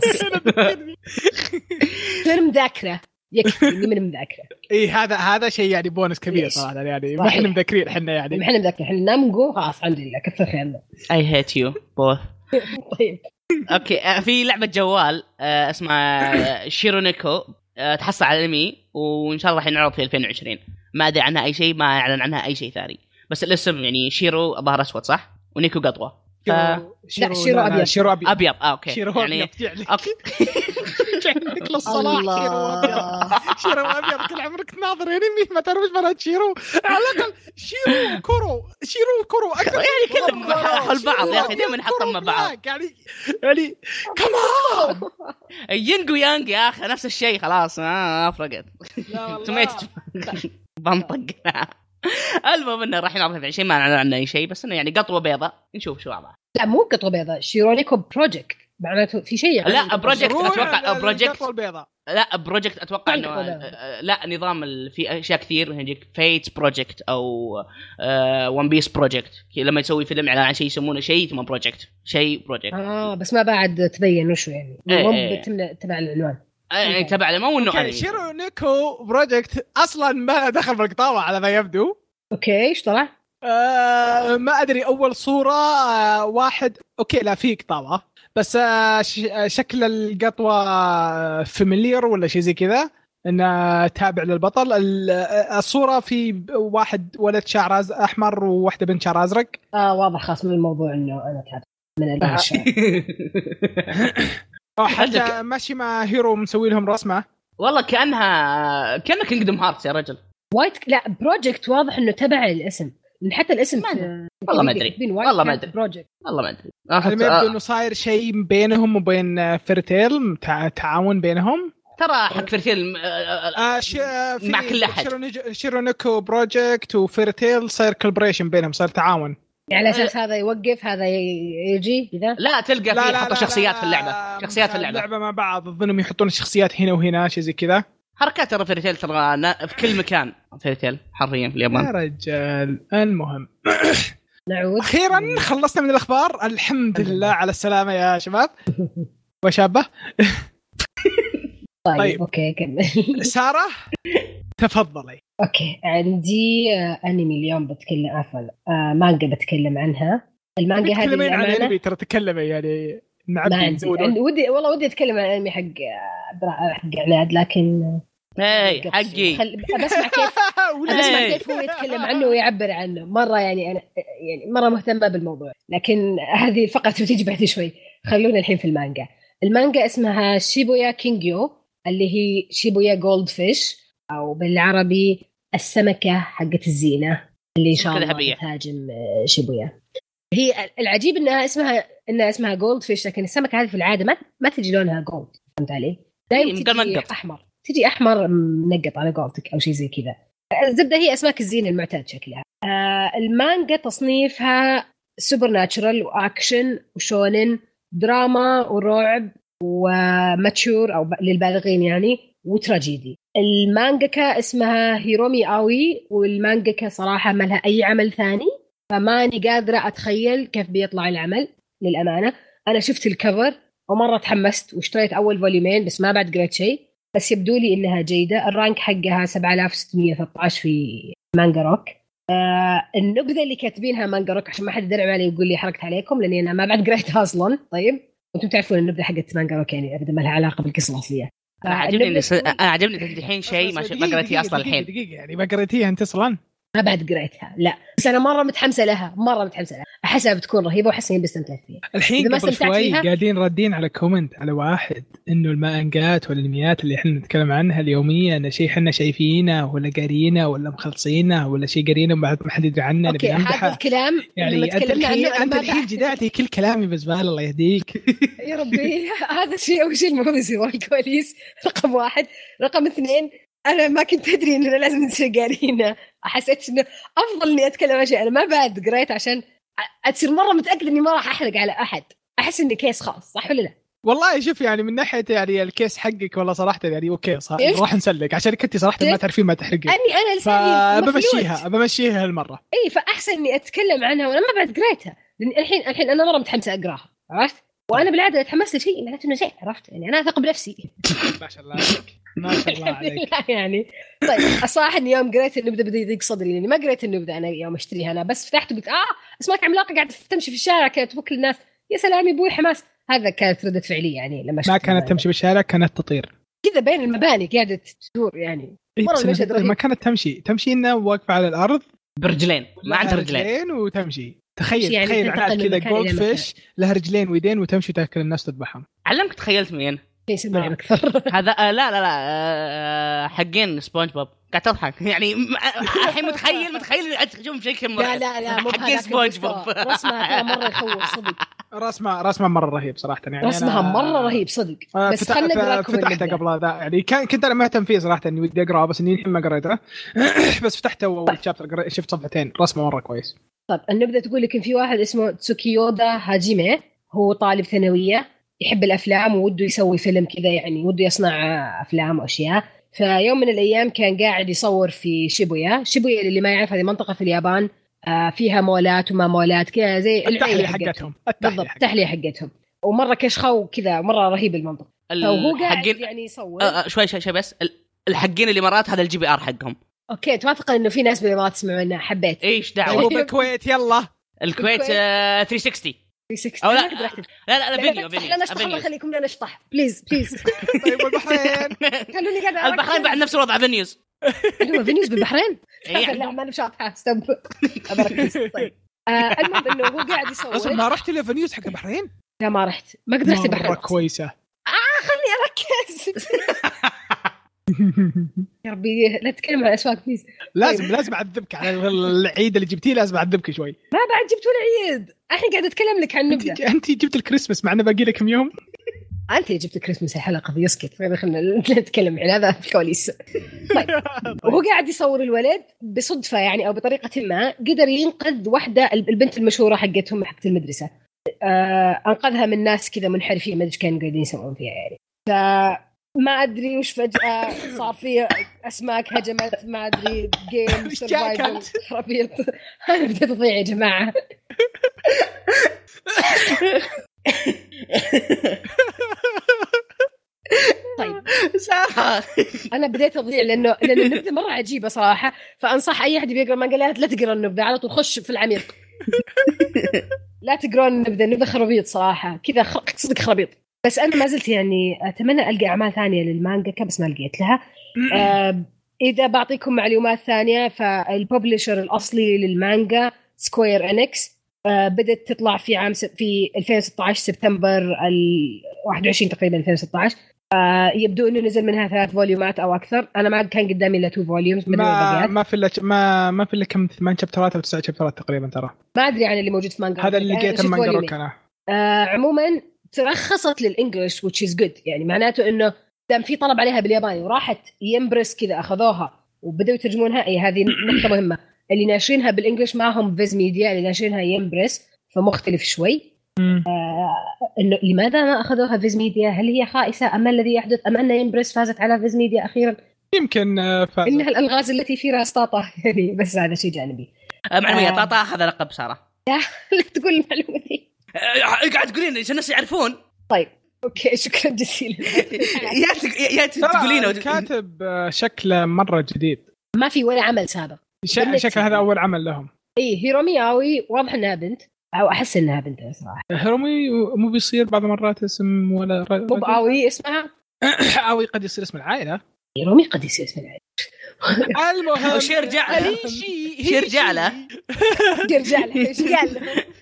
C: ترم ذاكرة. يكفي من مذاكرة.
A: إيه هذا شيء يعني بونس كبير صراحة يعني ما إحنا مذاكرين إحنا يعني.
C: ما إحنا مذاكرين إحنا ننام نقوم خلاص الحمد لله كثر خيرنا.
B: I hate you both.
C: طيب.
B: أوكي في لعبة جوال اسمها شيرونيكو تحصل على الأنمي وإن شاء الله راح ينعرض في 2020. ما أدري عنها أي شيء ما أعلن عنها أي شيء ثاني بس الاسم يعني شيرو ظهر أسود صح ونيكو قطوة.
A: شيرو
B: أبيض أوكي
A: شيرو
B: يعني
A: أوكي جعلك للصلاح شيرو أبيض كل عمرك ناظر أنمي ما تعرفش مرات شيرو على الأقل شيرو كورو
B: يعني كلهم حول بعض يا أخي دائما نحطهم مع بعض
A: يعني كمان
B: ينجو يانج يا أخي نفس الشيء خلاص ما فرقت سميت بنطق. المهم انه راح ينعرض في 20 ما نعلن عنه اي شيء بس انه يعني قطوه بيضاء نشوف شو وضعه.
C: لا مو قطوه بيضاء شيرونيكو بروجكت معناته في شيء.
B: لا بروجكت اتوقع بروجكت
A: البيضاء.
B: لا بروجكت اتوقع انه لا نظام في اشياء كثير يجيك فيت بروجكت او ون بيس بروجكت لما يسوي فيلم اعلان عن شيء يسمونه شيء ثم بروجكت
C: بس ما بعد تبين وشو يعني مو تبع العنوان
B: يعني تبع له مو انه
A: شيرونيكو بروجكت اصلا ما دخل بالقطاوه على ما يبدو.
C: اوكي ايش طلع
A: ما ادري اول صوره واحد اوكي لا في قطاوه بس شكل القطوه فاميليار ولا شيء زي كذا انه تابع للبطل. الصوره في واحد ولد شعر احمر وواحده بنت شعر ازرق.
C: واضح خاص من الموضوع انه انا تابع من الشعر.
A: حتى ماشي مع هيرو مسوي لهم رسمه
B: والله كأنها كينجدم هارتس يا رجل.
C: وايت لا بروجكت واضح انه تبع الاسم حتى الاسم
B: والله ما ادري والله ما ادري
A: ما يبدو انه صاير شيء بينهم وبين فيرتيل تعاون بينهم.
B: ترى حق فيرتيل مع كل احد.
A: شيرونيكو بروجكت وفيرتيل صار كولابريشن بينهم، صار تعاون
C: يعني على اساس هذا يوقف هذا يجي كذا.
B: لا تلقى فيه يحطوا شخصيات في اللعبه، شخصيات في اللعبه
A: مع بعض، اظنهم يحطون الشخصيات هنا وهنا شيء زي كذا.
B: حركات ترى فيرتيل ترى في كل مكان، فيرتيل حرفيا في اليابان
A: يا رجال. المهم
C: نعود
A: اخيرا خلصنا من الاخبار، الحمد لله على السلامه يا شباب وشابه.
C: طيب اوكي كمل.
A: ساره تفضلي.
C: اوكي عندي انمي اليوم بتكلم، عفوا مانجا بتكلم عنها. المانجا هذه
A: تتكلمين عن انمي ترى تكلمي يعني
C: عندي ودي اتكلم عن انمي حق عناد، لكن
B: حقي
C: بسمع كيف هو يتكلم عنه ويعبر عنه مره. يعني انا يعني مره مهتمه بالموضوع، لكن هذه فقط بتيجي بعد شوي. خلونا الحين في المانجا اسمها شيبويا كينجيو، اللي هي شيبويا جولد فيش، او بالعربي السمكه حقت الزينه اللي ان شاء الله تهاجم شيبويا. هي العجيب انها اسمها جولد فيش، لكن السمكه هذه في العاده ما تجي لونها جولد، فهمت علي؟ دائما تجي احمر، تجي احمر منقط على قولتك او شيء زي كذا. الزبده هي اسماك الزينه المعتاد شكلها. المانجا تصنيفها سوبر ناتشرال واكشن وشونن، دراما ورعب وماتشور او للبالغين يعني، وتراجيدي. المانجاكا اسمها هيرومي آوي، والمانجاكا صراحه ما لها اي عمل ثاني، فماني قادره اتخيل كيف بيطلع العمل للامانه. انا شفت الكفر ومره تحمست واشتريت اول فوليومين، بس ما بعد قريت شيء، بس يبدو لي انها جيده. الرانك حقها 7613 في مانجا روك. النبذه اللي كاتبينها مانجا روك، عشان ما حد يدرع علي ويقول لي حركت عليكم، لاني انا ما بعد قريتها اصلا. طيب انتم تعرفون النبذه حقت مانجا روك يعني ابدا ما لها علاقه بالقصه الاصليه.
B: انا عجبني الحين شيء ما قريتيه اصلا. الحين
A: دقيقه يعني ما قريتيها انت اصلا؟
C: ما بعد قريتها لا، بس انا مره متحمسه لها، احسها بتكون رهيبه وحسني بستمتع فيها.
A: الحين قبل شوي قاعدين ردين على كومنت على واحد انه المانجات والانميات اللي احنا نتكلم عنها اليوميه شيء احنا شايفينه ولا قارينه ولا مخلصينه ولا شيء قارينه وبعد ما حد يدري عنه.
C: اوكي هذا الكلام
A: يعني انت الحين جدعتي كل كلامي بزبال، الله يهديك.
C: يا ربي هذا الشيء اول شيء المفروض يصير الكواليس. رقم 1. رقم 2 أنا ما كنت أدري إننا لازم نصير قارينا. حسيت إنه أفضل إني أتكلم عن شيء أنا ما بعد قريت، عشان أتصير مرة متأكد إني ما راح أحرق على أحد. أحس إني كيس خاص، صح ولا لا؟
A: والله شوف يعني من ناحية يعني الكيس حقك والله صراحة يعني أوكي صح، راح نسلك عشان كنتي صراحة ما تعرفين ما تحرقين.
C: أنا لساني
A: بمشيها هالمرة.
C: إيه فأحسن إني أتكلم عنها وأنا ما بعد قريتها، لأن الحين أنا مرة متحمسة أقراها، عرفت؟ وأنا بالعادة أتحمس لشيء معناته إنه زين، عرفت؟ يعني أنا أثق بنفسي.
A: ما شاء الله عليك. ما شاء الله عليك.
C: يعني طيب الصراحة إني يوم قريت النبذة بدي يضيق صدري، لأني ما قريت النبذة أنا يوم أشتريها أنا، بس فتحت وقلت اسماك عملاقة قاعدة تمشي في الشارع كانت تبكي الناس، يا سلام يبوي حماس. هذا كانت ردة فعلي يعني لما
A: ما كانت تمشي بالشارع، كانت تطير
C: كذا بين المباني قاعدة تدور يعني.
A: ما كانت تمشي إنها واقفة على الأرض
B: برجلين، ما عندها رجلين
A: وتمشي. تخيل
C: يعني
A: تخيل كذا جولد فيش لها رجلين ويدين وتمشي تاكل الناس تذبحهم.
B: علمك تخيلت مين
C: يسمعني أكثر.
B: هذا لا حقين سبونج بوب قاعد تضحك يعني الحين متخيل اشوف شكل
C: لا مو
B: حقين سبونج بوب.
C: رسمها مره يخوف صدق.
A: رسمه مره رهيب صراحه يعني.
C: رسمها مره رهيب صدق. بس خلنا نقراكم
A: فتحته قبل هذا يعني كنت انا مهتم فيه صراحه اني ودي اقراه، بس اني الحين ما قريته. بس فتحته اول شابتر شفت صفحتين، رسمه مره كويس.
C: طيب النبذه تقول لك ان في واحد اسمه تسوكيودا هاجيمي، هو طالب ثانويه يحب الافلام ووده يسوي فيلم كذا، يعني وده يصنع افلام واشياء. فيوم من الايام كان قاعد يصور في شيبويا اللي ما يعرف هذه منطقه في اليابان فيها مولات وما مولات كذا زي
A: التحليه حقتهم.
C: بالضبط التحليه حقتهم، ومره كشخه وكذا مره رهيب المنطقه. فهو قاعد يعني يصور
B: شوي بس الحقين الامارات هذا الجي بي ار حقهم.
C: اوكي توافق انه في ناس بالامارات يسمعونا، حبيت
B: ايش دعوه.
A: بالكويت يلا
B: الكويت 360 أو لا فينيو
C: خليكم لنا نشطح بليز.
A: طيب البحرين
C: خلوني قاعده.
B: البحرين بعد نفس الوضع فينيوز.
C: فينيوز بالبحرين. لا ما نشاطها ستوب ابركز. طيب المهم انه هو قاعد يصور.
A: اصلا ما رحت له فينيوز حق البحرين؟
C: لا ما رحت، ما قدرت البحرين.
A: كويسه.
C: خلني اركز. يا ربي لا تتكلم عن الاسواق بليز.
A: لازم اعذبك على العيد اللي جبتيه، لازم اعذبك شوي.
C: ما بعد جبت ولا عيد، الحين قاعد اتكلم لك عن نبذه.
A: انت جبت الكريسماس معنا باقي لك كم يوم.
C: انت اللي جبت الكريسماس الحلقه دي اسكت خلينا نتكلم عن هذا في الكواليس. طيب وهو قاعد يصور الولد بصدفه يعني او بطريقه ما قدر ينقذ واحده البنت المشهوره حقتهم حقت المدرسه، انقذها من ناس كذا منحرفين ما ادري كانوا قاعدين يسوون فيها يعني. فما ادري وش فجاه صار فيه اسماك هجمت ما ادري جيم سرفايفل خرابيط. انا بديت اضيع يا جماعه. طيب
B: ساحة
C: انا بديت اضيع لانه النبذه مره عجيبه صراحه، فانصح اي احد بيقرا مانجا لا تقرا النبذه على طول، خش في العميق. لا تقرون النبذه خرابيط صراحه كذا صدق خرابيط. بس انا ما زلت يعني اتمنى القى اعمال ثانيه للمانجا بس ما لقيت لها. اذا بعطيكم معلومات ثانيه فالببلشر الاصلي للمانجا سكوير انكس بدأت تطلع في عام في 2016 سبتمبر 21 تقريبا 2016. يبدو انه نزل منها 3 فوليومات او اكثر. انا ما كان قدامي الا 2 فوليومز
A: ما في الا ما في الا كم 8 شابترات او 9 شابترات تقريبا ترى.
C: ما ادري عن اللي موجود في مانجا
A: هذا اللي لقيته مانجا روك انا.
C: عموما ترخصت للانجليش which is good يعني معناته انه دام في طلب عليها بالياباني وراحت يمبرس كذا اخذوها وبدأوا يترجمونها. اي هذه نقطه مهمه. اللي ناشرينها بالانجليش معهم فيز ميديا، اللي ناشرينها يمبرس فمختلف شوي. انه لماذا ما اخذوها فيز ميديا؟ هل هي خائسه ام الذي يحدث ام ان يمبرس فازت على فيز ميديا اخيرا؟
A: يمكن فازت.
C: انها الالغاز التي في راس طاطا يعني. بس هذا شيء جانبي.
B: معلوميه طاطا هذا لقب ساره.
C: لا تقول المعلومه دي
B: قاعد تقولين عشان الناس يعرفون.
C: طيب اوكي شكرا جزيلا.
B: يا تقولينه
A: كاتب شكله مره جديد،
C: ما في ولا عمل سابق.
A: شكل هذا اول عمل لهم.
C: اي هيرومي آوي واضح انها بنت او احس انها بنت صراحه.
A: هيرومي مو بيصير بعض المرات اسم ولا
C: مو آوي اسمها
A: آوي قد يصير اسم العائله.
C: هيرومي قد يصير اسم العائله.
A: المهم
B: شير جعله
C: ايش قال.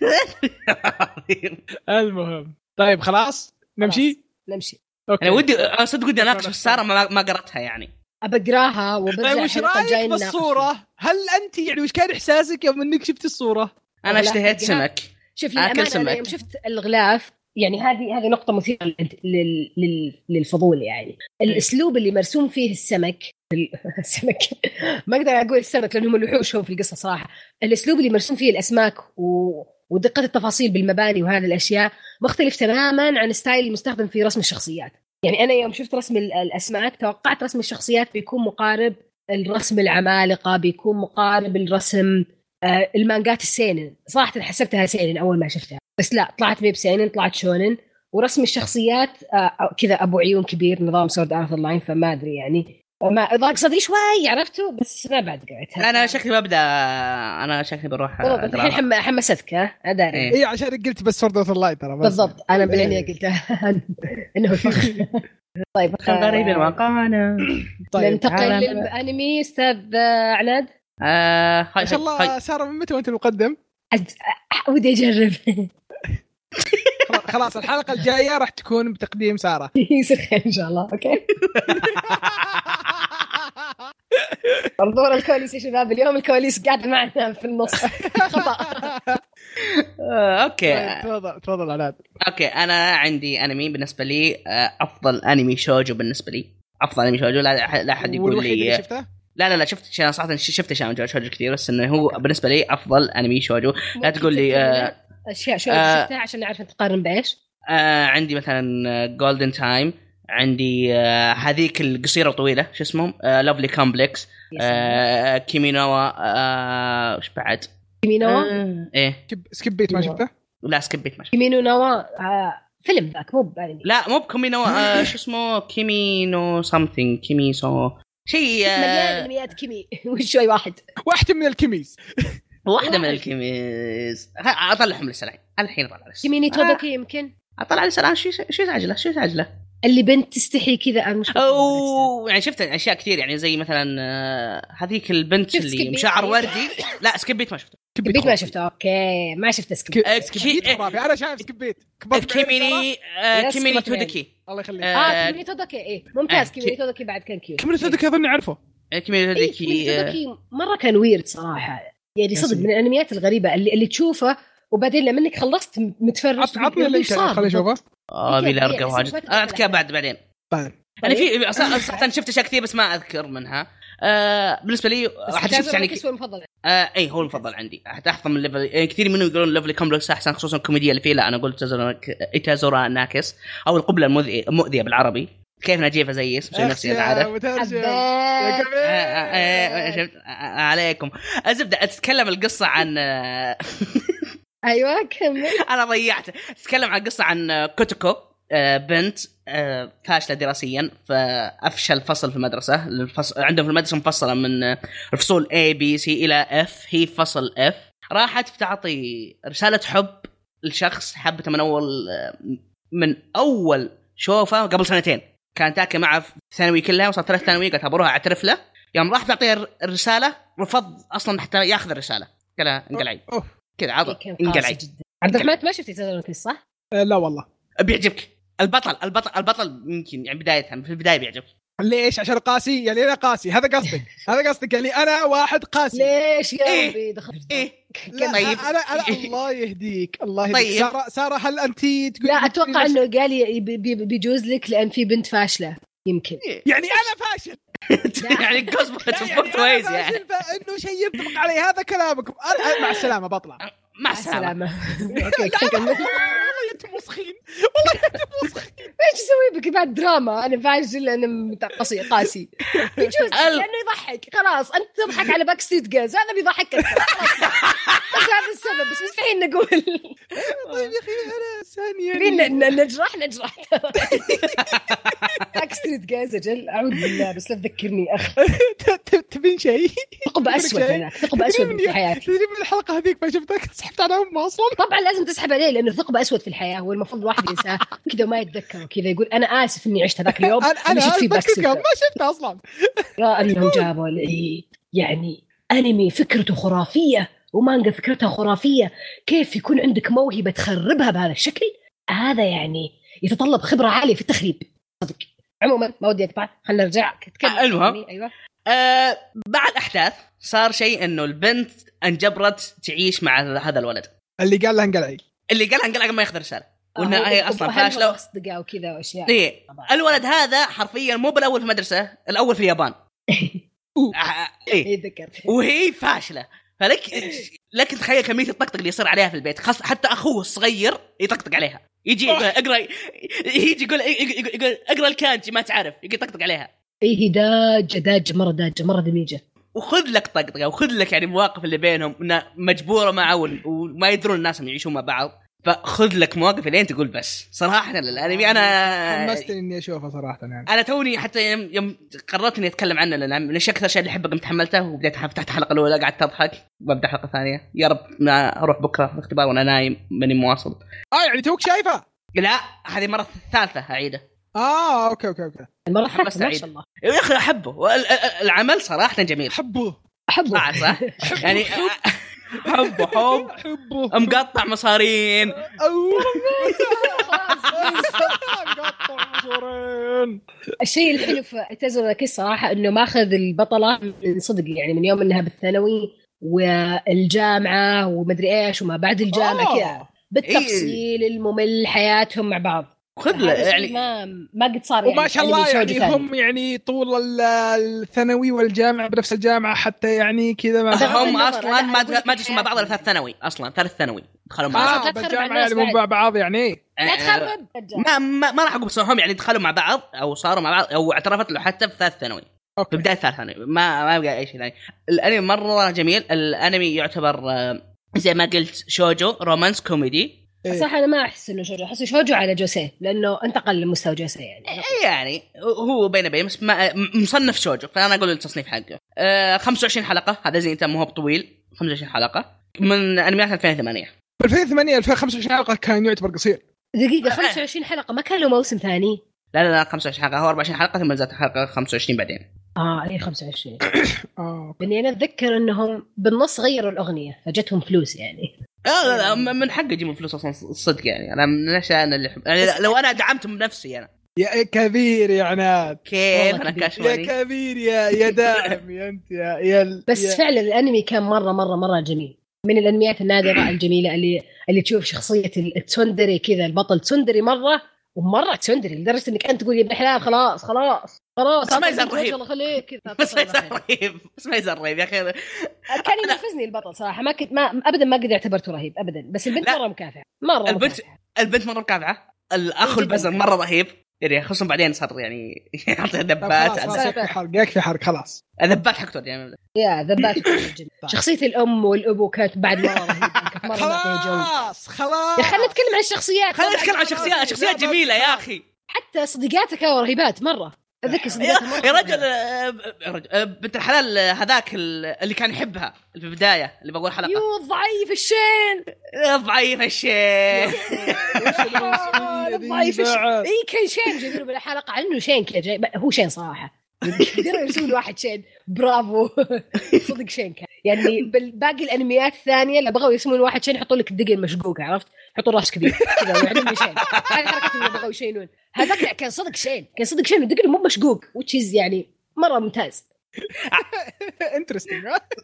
A: المهم طيب خلاص نمشي
B: انا ودي صدق ودي اناقش ساره ما قرأتها يعني
C: أبقراها وبرجع
A: وش رأيك بالصورة؟ هل أنت يعني وش كان إحساسك يوم أنك شفت الصورة؟
B: أنا اشتهيت سمك.
C: شوف أنا يوم شفت الغلاف يعني هذه نقطة مثيرة للفضول يعني. الأسلوب اللي مرسوم فيه السمك ما أقدر أقول السمك لأنهم الوحوش هم في القصة صراحة. الأسلوب اللي مرسوم فيه الأسماك ودقة التفاصيل بالمباني وهذه الأشياء مختلف تماماً عن ستايل المستخدم في رسم الشخصيات. يعني أنا يوم شفت رسم الأسماك توقعت رسم الشخصيات بيكون مقارب الرسم العمالقة، بيكون مقارب الرسم المانجات السينن. صراحة حسبتها سينن أول ما شفتها، بس لا طلعت ميب سينن، طلعت شونن. ورسم الشخصيات كذا أبو عيون كبير نظام سورد آرت أونلاين. فما أدري يعني ما ضاق صدري شوي عرفته بس ما بعد قريتها.
B: أنا شكلي ببدأ أنا شكلي بروح
C: الحين حمستك أداري
A: إيه عشان قلت بس سورد آرت أونلاين ترى
C: بالضبط. أنا بالعني قلتها إنه الفخر. طيب
B: غريب المقانة.
C: طيب ننتقل للأنمي أستاذ عناد.
A: ما شاء الله سارة من متى وأنت المقدم؟
C: ودي أجرب.
A: خلاص الحلقة الجاية راح تكون بتقديم سارة.
C: يصير خير إن شاء الله. أوكي. أرضور الكواليس يا شباب، اليوم الكواليس قاعد معنا في النص خطأ.
B: اوكي
A: تفضل عناد.
B: اوكي انا عندي انمي بالنسبه لي افضل انمي شوجو بالنسبه لي. افضل انمي شوجو لا احد يقول لي لا شفت انا صراحه شفت شوجو كثير بس انه هو بالنسبه لي افضل انمي شوجو. لا تقول لي
C: اشياء شفتها عشان نعرف تقارن بايش.
B: عندي مثلا جولدن تايم، عندي هذيك القصيره طويله شو اسمهم لافلي كومبلكس، كيمينوا وش بعد
C: كيمينوا
B: ايه
A: سكيب بيت ما شفته.
B: لا سكيب بيت ما شفته.
C: كيمينوا فيلم ذاك مو يعني.
B: لا مو كيمينوا شو اسمه كيمينو سامثينج كيميسو شيء
C: مليان انميات كيمي وشوي واحده من الكيميز.
B: واحده من الكيميز اطلعهم للسلام الحين. اطلع لسه
C: كيميني تودوكي يمكن اطلع
B: للسلام. شو عجله
C: اللي بنت تستحي كذا.
B: او يعني شفت اشياء كثير يعني زي مثلا هذيك البنت اللي مشعر وردي. لا سكيبيت ما شفته.
C: سكيبيت ما شفته. اوكي ما شفت
A: سكيبيت انا شايف سكيبيت
B: كيميني تودوكي.
A: الله يخليك.
C: كيميني تودوكي ايه ممتاز. كيميني تودوكي بعد كان كيوت.
A: كيميني تودوكي اظن اعرفه.
B: كيميني تودوكي
C: مره كان ويرد صراحه يعني صدق من الانميات الغريبه اللي تشوفه وبعدين لما انك خلصت متفرج
A: عطني اللينك خليني اشوفه.
B: ابي لي ارقى واجد اذكر بعدين.
A: طيب
B: انا في صراحه شفت اشياء كثير بس ما اذكر منها. بالنسبه لي حتى شفت يعني اي هو المفضل عندي. حتى احفظ من الليفل يعني كثير منهم يقولون ليفل كومبلكس احسن خصوصا الكوميديا اللي فيه. لا انا قلت إتازورا ناكس او القبله المؤذيه بالعربي. كيف نجيبها زي اسم شيء نفسي العاده شفت عليكم الزبده. اتكلم القصه عن
C: ايوه كمل.
B: انا ضيعت. اتكلم عن قصه عن كوتوكو بنت فاشله دراسيا فافشل فصل في المدرسه. عندهم في المدرسه مفصله من الفصول A B C إلى F. هي فصل F. راحت تعطي رساله حب لشخص حبته من اول شوفه قبل 2 سنين. كانت تاكل معه في الثانوي كلها وصلت 3 ثانوي. قالت بروح اعترف له. يوم راح تعطيه الرساله رفض اصلا حتى ياخذ الرساله. قالها انقلعي كذا عضل انقلعي.
C: عبد الرحمن ما شفتي تزورك صح؟
A: لا والله.
B: بيعجبك البطل يمكن يعني بداية في البداية بيعجبك.
A: ليش؟ عشان قاسي يعني. أنا قاسي هذا قصدك؟ هذا قصدك يعني أنا واحد قاسي.
C: ليش يا ربي دخلت
A: طيب أنا الله يهديك الله يهديك.
B: طيب.
A: سارة هل أنت تقول؟
C: لا أتوقع إنه قال بيجوز لك لأن في بنت فاشلة يمكن.
A: يعني أنا فاشل
B: يعني قصبة كويس يعني
A: إنه شيء ينطبق علي هذا كلامكم. مع السلامة بطلع.
B: مع السلامة.
C: أوكي كمل.
A: والله أنتم مسخين.
C: إيش أسوي بك بعد دراما؟ أنا فاشل أنا قاسي. يجوز لأنه يضحك. خلاص أنت تضحك على باك ستريت جيرلز هذا بيضحك بس هذا السبب. بس مستحيل نقول.
A: طيب يا أخي أنا ثانية
C: نجرح باك ستريت جيرلز. أجل أعوذ بالله بس لا تذكرني أخ.
A: تبين شيء
C: ثقب أسود هناك. ثقب أسود في حياتي.
A: تدري من الحلقة هذيك ما شفتك سحبت على أمه أصلا.
C: طبعا لازم تسحب عليه لأنه ثقب أسود في الحياة. هو المفروض الواحد ينساه كذا وما يتذكره كذا يقول أنا آسف إني عشت هذاك اليوم.
A: أنا شفت في باك ستريت ما شفته أصلا.
C: يا أنهم جابوا يعني أنمي فكرته خرافية ومانجا فكرتها خرافية. كيف يكون عندك موهبة تخربها بهذا الشكل؟ هذا يعني يتطلب خبرة عالية في التخريب صدق. عموما ما ودي أتبع. خلنا نرجع
B: المهم
C: أيوة.
B: بعد أحداث صار شيء إنه البنت انجبرت تعيش مع هذا الولد
A: اللي قال لها انقلعي
B: ما ياخذ رسالة وإنها هي أصلا فاشلة
C: أصدقاء وكذا وأشياء.
B: إيه الولد هذا حرفيا مو بالأول في المدرسة الأول في اليابان. إيه وهي فاشلة. لك تخيل كمية الطقطق اللي يصير عليها في البيت. حتى أخوه الصغير يطقطق عليها. يجي اقرا يجي يقول اقرا الكانجي ما تعرف يجي يطقطق عليها.
C: ايه داجه مره دميجه.
B: وخذ لك طقطقه وخذ لك يعني مواقف اللي بينهم مجبوره معه وما يدرون الناس انهم يعيشون مع بعض. فخذ لك مواقف لين تقول بس صراحه الانمي انا
A: حمستني اني اشوفه صراحه يعني.
B: انا توني حتى يوم قررت اني اتكلم عنه لان من اكثر شيء اللي احبه قمت حملته وبديت فتحت الحلقه الاولى قعدت اضحك وابدا حلقه ثانيه. يا رب ما اروح بكره في اختبار وانا نايم ماني مواصل.
A: يعني توك شايفه؟
B: لا هذه مره الثالثه اعيده.
A: اوكي
C: المره الثالثه ما شاء الله
B: يا اخي احبه. العمل صراحه جميل.
A: احبه
B: صح يعني حبه مقطع مصارين.
C: الشيء الحلو في إتازورا صراحة إنه ماخذ البطلة من صدق يعني من يوم إنها بالثانوي والجامعة ومدري إيش وما بعد الجامعة كذا بالتفصيل الممل حياتهم مع بعض.
B: خذ يعني
C: ما قد صار يعني
A: وما شاء الله يعني هم يعني طول الثانوي والجامعة بنفس الجامعة حتى يعني كذا
B: هم أصلا ما جلسوا مع بعض إلا ثانوي أصلا ثالث ثانوي دخلوا مع بعض
A: بالجامعة يعني مع بعض يعني
C: لا تخرب
B: ما راح أقول بس هم يعني دخلوا مع بعض أو صاروا مع بعض أو اعترفت له حتى في ثالث ثانوي في بداية ثالث ثانوي ما بقى أي شيء ثاني. الأنمي مرة جميل. الأنمي يعتبر زي ما قلت شوجو رومانس كوميدي.
C: صح أنا ما أحس إنه شوجو. أحس شوجو على جوسيه لأنه انتقل لمستوى جوسيه
B: يعني هو بين بس مصنف شوجو فأنا أقول التصنيف حقه 25 حلقة. هذا زين مو طويل. 25 حلقة من أنميات 2008
A: 25 حلقة كان يعتبر قصير.
C: دقيقة 25 حلقة ما كان له موسم ثاني؟
B: لا 25 حلقة هو 24 حلقة ثم نزلت حلقة 25 بعدين.
C: اي 25. بني انا اتذكر انهم بالنص غيروا الاغنيه فجتهم فلوس يعني.
B: لا من حق يجيبوا فلوس اصلا الصدق يعني. انا من الاشياء اللي يعني لو انا دعمتهم بنفسي انا
A: يا كبير يا عناد
B: كيف انا كاشواني
A: يا كبير يا داعم يا انت يا
C: بس فعلا الانمي كان مره جميل. من الانميات النادره الجميله اللي تشوف شخصيه التسوندري كذا البطل تسوندري مره ومره تسندري لدرجه انك انت تقول يا ابن الحلال خلاص
B: ما يزال رهيب.
C: الله يخليك
B: بس ما يزال رهيب يا اخي.
C: كان ينرفزني البطل صراحه، ما ابدا ما قد اعتبرته رهيب ابدا. بس البنت مره مكافحه، مره
B: البنت مره مكافحه. الاخ البزر مره رهيب يعني، خصوصا بعدين صار يعني يعطي ذبات.
A: يكفي حرق خلاص.
B: الذبات حقته يعني
C: يا ذبات شخصيه الام والابو كانت بعد مره رهيبه، كانت مره
A: خلاص
C: يا خلينا نتكلم عن الشخصيات،
B: خلينا نتكلم عن شخصيات جميله يا اخي.
C: حتى صديقاتك كانوا رهيبات مره. أذكر صديقاتها
B: يا رجل بنت الحلال هذاك اللي كان يحبها في البداية اللي بقول حلقة
C: ضعيف الشين ضعيف اي كان شين جايبينه بالحلقة عنه شين كذا هو شين صراحة يقدروا يرسلون واحد شين برافو صدق شين كان يعني. بالباقي الانميات الثانية اللي بغوا يرسمون واحد شين يحطوا لك الدقن مشقوق عرفت، يحطوا راس كبير كذا ويعلمني شين. هاي الحركات اللي بغوا يشينون، هذاك كان صدق شين، كان صدق شين الدقن مو مشقوق وتشيز يعني مرة ممتاز.
A: انترستينج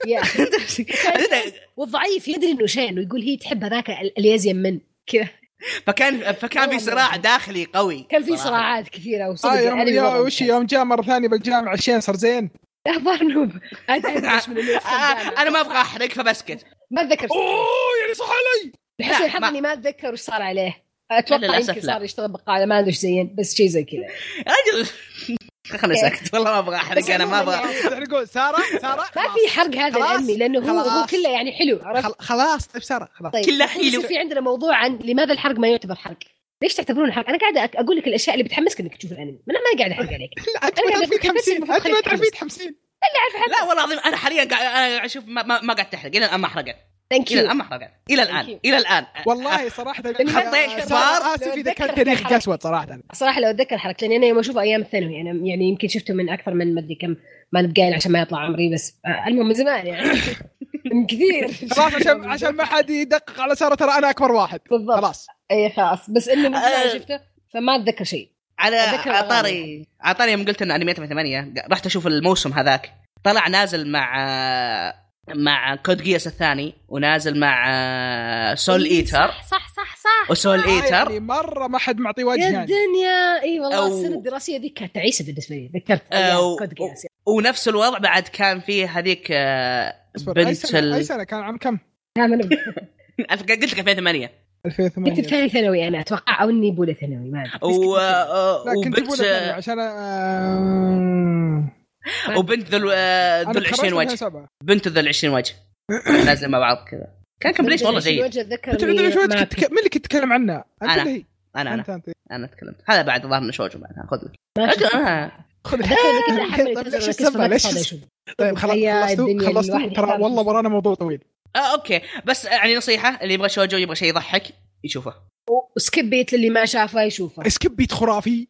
C: والضعيف يدري انه شين ويقول هي تحب هذاك اللي يزين من كذا.
B: فكان في صراع داخلي قوي،
C: كان في صراعات كثيره وصدق
A: وش يوم جاء مره ثانيه بالجامعه الشين صار زين.
C: لا بارنوب
B: انا ما ابغى احرق فبسكت.
C: ما اتذكر
A: يعني صح علي
C: بحس الحظ اني ما اتذكر وش صار عليه. اتوقع يمكن صار يشتغل بقاله ما ادري ايش زين بس شيء زي كذا.
B: اجل خلنا ساكت والله ما ابغى احرق. انا ما ابغى
A: نقول ساره
C: ما في حرق هذا الانمي لانه هو كله يعني حلو.
A: خلاص طيب ساره خلاص
C: كله حلو. في عندنا موضوع عن لماذا الحرق ما يعتبر حرق. ليش تعتبرون حرق؟ انا قاعده اقول لك الاشياء اللي بتحمسك انك تشوف الانمي. انا ما قاعده احرق عليك.
A: انت ما تعرفين تحمسين.
B: لا والله العظيم انا حاليا قاعد اشوف ما قاعد تحرق الى الان ما حرقت. الى الان
A: والله صراحه
B: حطيت
A: صار اسف اذا كان تاريخ قسوه صراحه
C: لو اتذكر حركه لاني انا يوم اشوف ايام الثانوي يعني يمكن شفته من اكثر من مدري كم ما نبقى عشان ما يطلع عمري بس المهم من زمان يعني من كثير
A: خلاص عشان ما حد يدقق على ساره ترى انا اكبر واحد خلاص
C: اي خلاص بس انه من زمان شفته فما اتذكر شيء.
B: على عطاري يوم قلت انه انميات 8 رحت اشوف الموسم هذاك طلع نازل مع كود جياس الثاني ونازل مع سول ايتر.
C: صح
B: وسول ايتر
A: يعني مره ما حد معطي وجه يعني
C: الدنيا. اي والله السنه الدراسيه ذيك كانت تعيسه بالنسبه لي. ذكرت كود جياس
B: ونفس الوضع بعد كان فيه هذيك بنت
A: اي سنه كان عام كم؟
B: انا قلت لك 2008
C: كنت ثاني ثانوي انا اتوقع او اني بوله ثانوي ما
A: ادري كنت بوله ثانوي عشان
B: وبنت ذو 20 وجه بنت ذو 20 وجه نازل مع بعض كذا كان كمبليش والله جيد.
A: من اللي كنت تتكلم عنه انت؟
B: انا تكلمت هذا بعد ظهر من شوجو بعدها خذ
A: طيب خلصت ترى والله ورانا موضوع طويل.
B: اوكي بس يعني نصيحه اللي يبغى شوجو يبغى شيء يضحك يشوفه.
C: وسكيبيت اللي ما شافه يشوفه.
A: سكيبيت خرافي.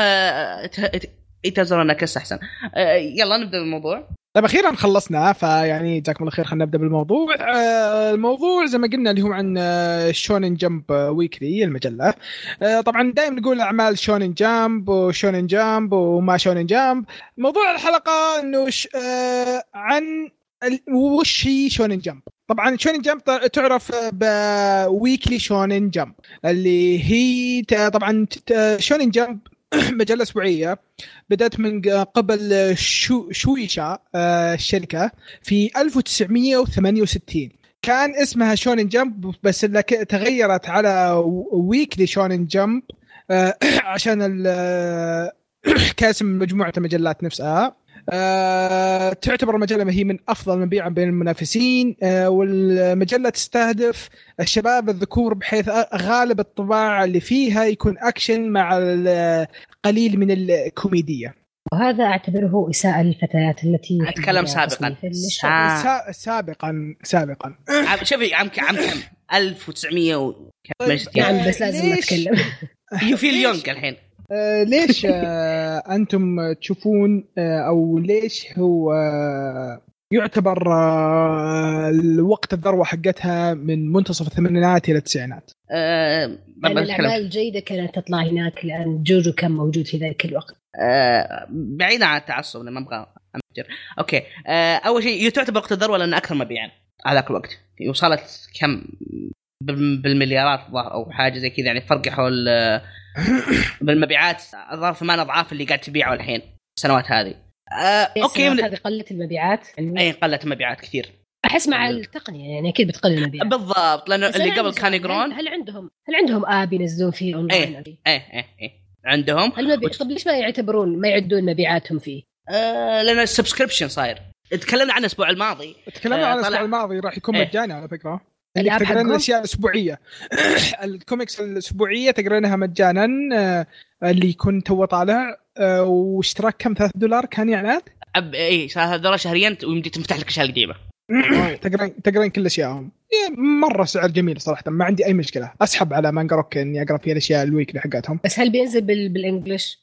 B: يتزرنا كس احسن. يلا نبدا بالموضوع.
A: طيب اخيرا خلصنا فيعني جزاكم الله خير. خلينا نبدا بالموضوع. الموضوع زي ما قلنا اللي هو عن شونين جامب ويكلي المجله. طبعا دائما نقول اعمال شونين جامب وشونين جامب وما شونين جامب. موضوع الحلقه انه عن وش هي شونين جامب. طبعا شونين جامب تعرف بويكلي شونين جامب اللي هي طبعا شونين جامب مجلة أسبوعية بدأت من قبل شويشا الشركة في 1968. كان اسمها شونين جامب بس تغيرت على ويكلي شونين جامب عشان كاسم مجموعة المجلات نفسها. تعتبر المجلة هي من أفضل مبيعا بين المنافسين. والمجلة تستهدف الشباب الذكور بحيث غالب الطباع اللي فيها يكون أكشن مع القليل من الكوميديا.
C: وهذا أعتبره إساءة للفتيات التي
B: أتكلم
A: سابقا
B: شوفي عام كم 1900
C: يعني بس لازم نتكلم
B: يوفي اليونغ الحين.
A: ليش أنتم تشوفون أو ليش هو يعتبر الوقت الذروة حقتها من منتصف الثمانينات إلى التسعينات؟
C: الأعمال الجيدة كانت تطلع هناك لأن جوجو كان موجود في ذلك الوقت.
B: بعيدا عن التعصب ما أبغى أمجر. أوكي أول شيء تعتبر وقت الذروة لأن أكثر مبيعا على ذاك الوقت وصلت كم بالمليارات او حاجه زي كذا، يعني فرق حول بالمبيعات اضاف 8 اضعاف اللي قاعد تبيعه الحين السنوات هذه. اوكي
C: هذه قلت المبيعات يعني.
B: اي قلت المبيعات كثير،
C: احس مع التقنيه يعني اكيد بتقلل المبيعات
B: بالضبط، لانه اللي قبل كان يقرون.
C: هل عندهم اب ينزلون فيه اونلاين؟
B: ايه عندهم.
C: طب ليش ما يعتبرون ما يعدون مبيعاتهم فيه؟
B: لان السبسكريبشن صاير. تكلمنا عن الاسبوع الماضي،
A: عن الاسبوع الماضي راح يكون مجاني على فكره. اللي تقرين الاشياء الاسبوعيه الكوميكس الاسبوعيه تقرينها مجانا، اللي يكون تو طالع، واشتراك كم $3 كان يعني
B: اي $3 شهريا ويمديك تفتح لك اشياء قديمه.
A: تقرين كل اشياءهم مره سعر جميل صراحه، ما عندي اي مشكله اسحب على مانجا روك اني اقرا فيها الاشياء الويكلي حقتهم.
C: بس هل بينزل بالانجلش؟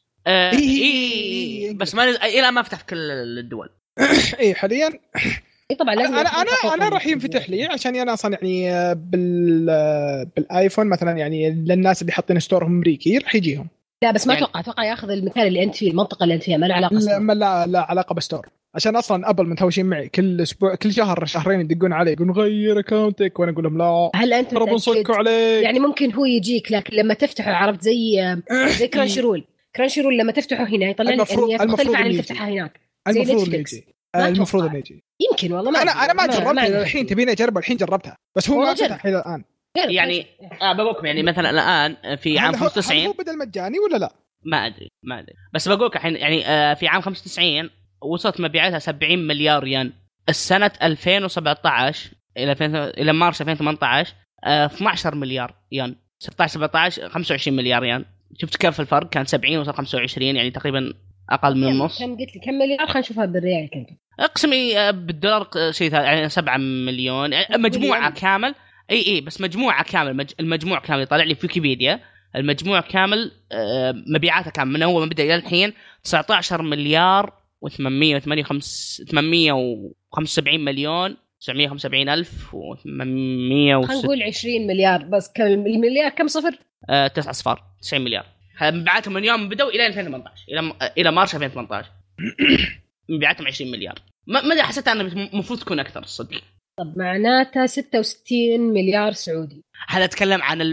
B: بس ما الى ما فتح كل الدول.
A: اي حاليا
C: طبعا لازم
A: انا راح ينفتح لي عشان انا اصلا يعني بالايفون مثلا، يعني للناس اللي حاطين ستورهم امريكي راح يجيهم.
C: لا بس ما يعني اتوقع ياخذ المثال اللي انت فيه، المنطقه اللي انت فيها ما له علاقه.
A: لا علاقه بستور، عشان اصلا ابل متهاوشين معي كل اسبوع كل شهرين يدقون علي يقولون غير اكاونتك، وانا اقول لهم لا.
C: هل انت
A: بنصكوا عليك؟
C: يعني ممكن هو يجيك، لكن لما تفتحه عرفت زي كرانشي رول لما تفتحه هنا يطلع لك انميات مختلفه عن اللي تفتحها هناك.
A: المفروض انه يجي.
C: يمكن والله ما
A: انا ما جربتها الحين، تبيني اجرب الحين جربتها بس هو ما فتح الى الان.
B: يعني بقولكم يعني مثلا الان في عام 95
A: هو بدل مجاني ولا لا؟
B: ما ادري بس بقولك الحين يعني في عام 95 وصلت مبيعاتها 70 مليار ين. السنه 2017 الى مارس 2018 12 مليار ين. 16 17 25 مليار ين. شفت كيف الفرق؟ كان 70 وصل 25، يعني تقريبا اقل من النص.
C: كم قلت لي كم مليار؟ خلينا نشوفها بالريال كم.
B: اقسمي بالدولار شيء يعني 7 مليون مجموعه كامل. اي بس مجموعه كامل، المجموع كامل يطلع لي في ويكيبيديا. المجموع كامل مبيعاتها كان من اول ما بدا الى الحين 19 مليار و875 مليون 975 الف و800.
C: خلينا نقول 20 مليار. بس كم المليار؟ كم صفر؟
B: 9 صفار 90 مليار. مبيعاتهم من يوم بدأوا الى 2018 الى مارس 2018 مبيعاتهم 20 مليار. ما حسيت انه المفروض تكون اكثر الصدق.
C: طب معناتها 66 مليار سعودي.
B: هذا اتكلم عن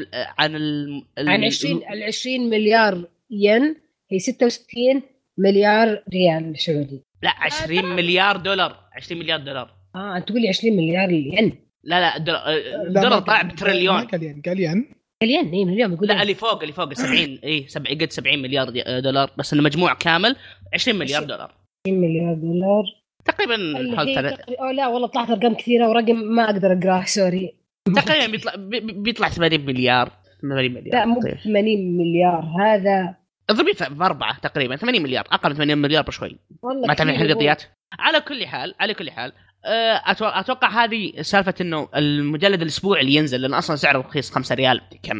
C: 20 مليار ين هي 66 مليار ريال سعودي.
B: لا 20 مليار دولار. 20 مليار دولار.
C: انت تقول لي 20 مليار ين.
B: لا الدولار طلع بتريليون.
A: قال ين
C: ايه مليون يقول.
B: لا اللي فوق 70 قد 70 مليار دولار، بس انه مجموع كامل 20 مليار دولار.
C: 20 مليار دولار
B: تقريبا.
C: لا والله طلعت ارقام كثيره ورقم ما اقدر اقراه سوري.
B: تقريبا بيطلع 80 مليار.
C: لا مو 80 مليار هذا
B: اضربي في 4 تقريبا 80 مليار، اقل من 80 مليار بشوي. ما تعرف الرياضيات. على كل حال اتوقع هذه سالفه انه المجلد الاسبوع اللي ينزل، لان اصلا سعره رخيص 5 ريال كم.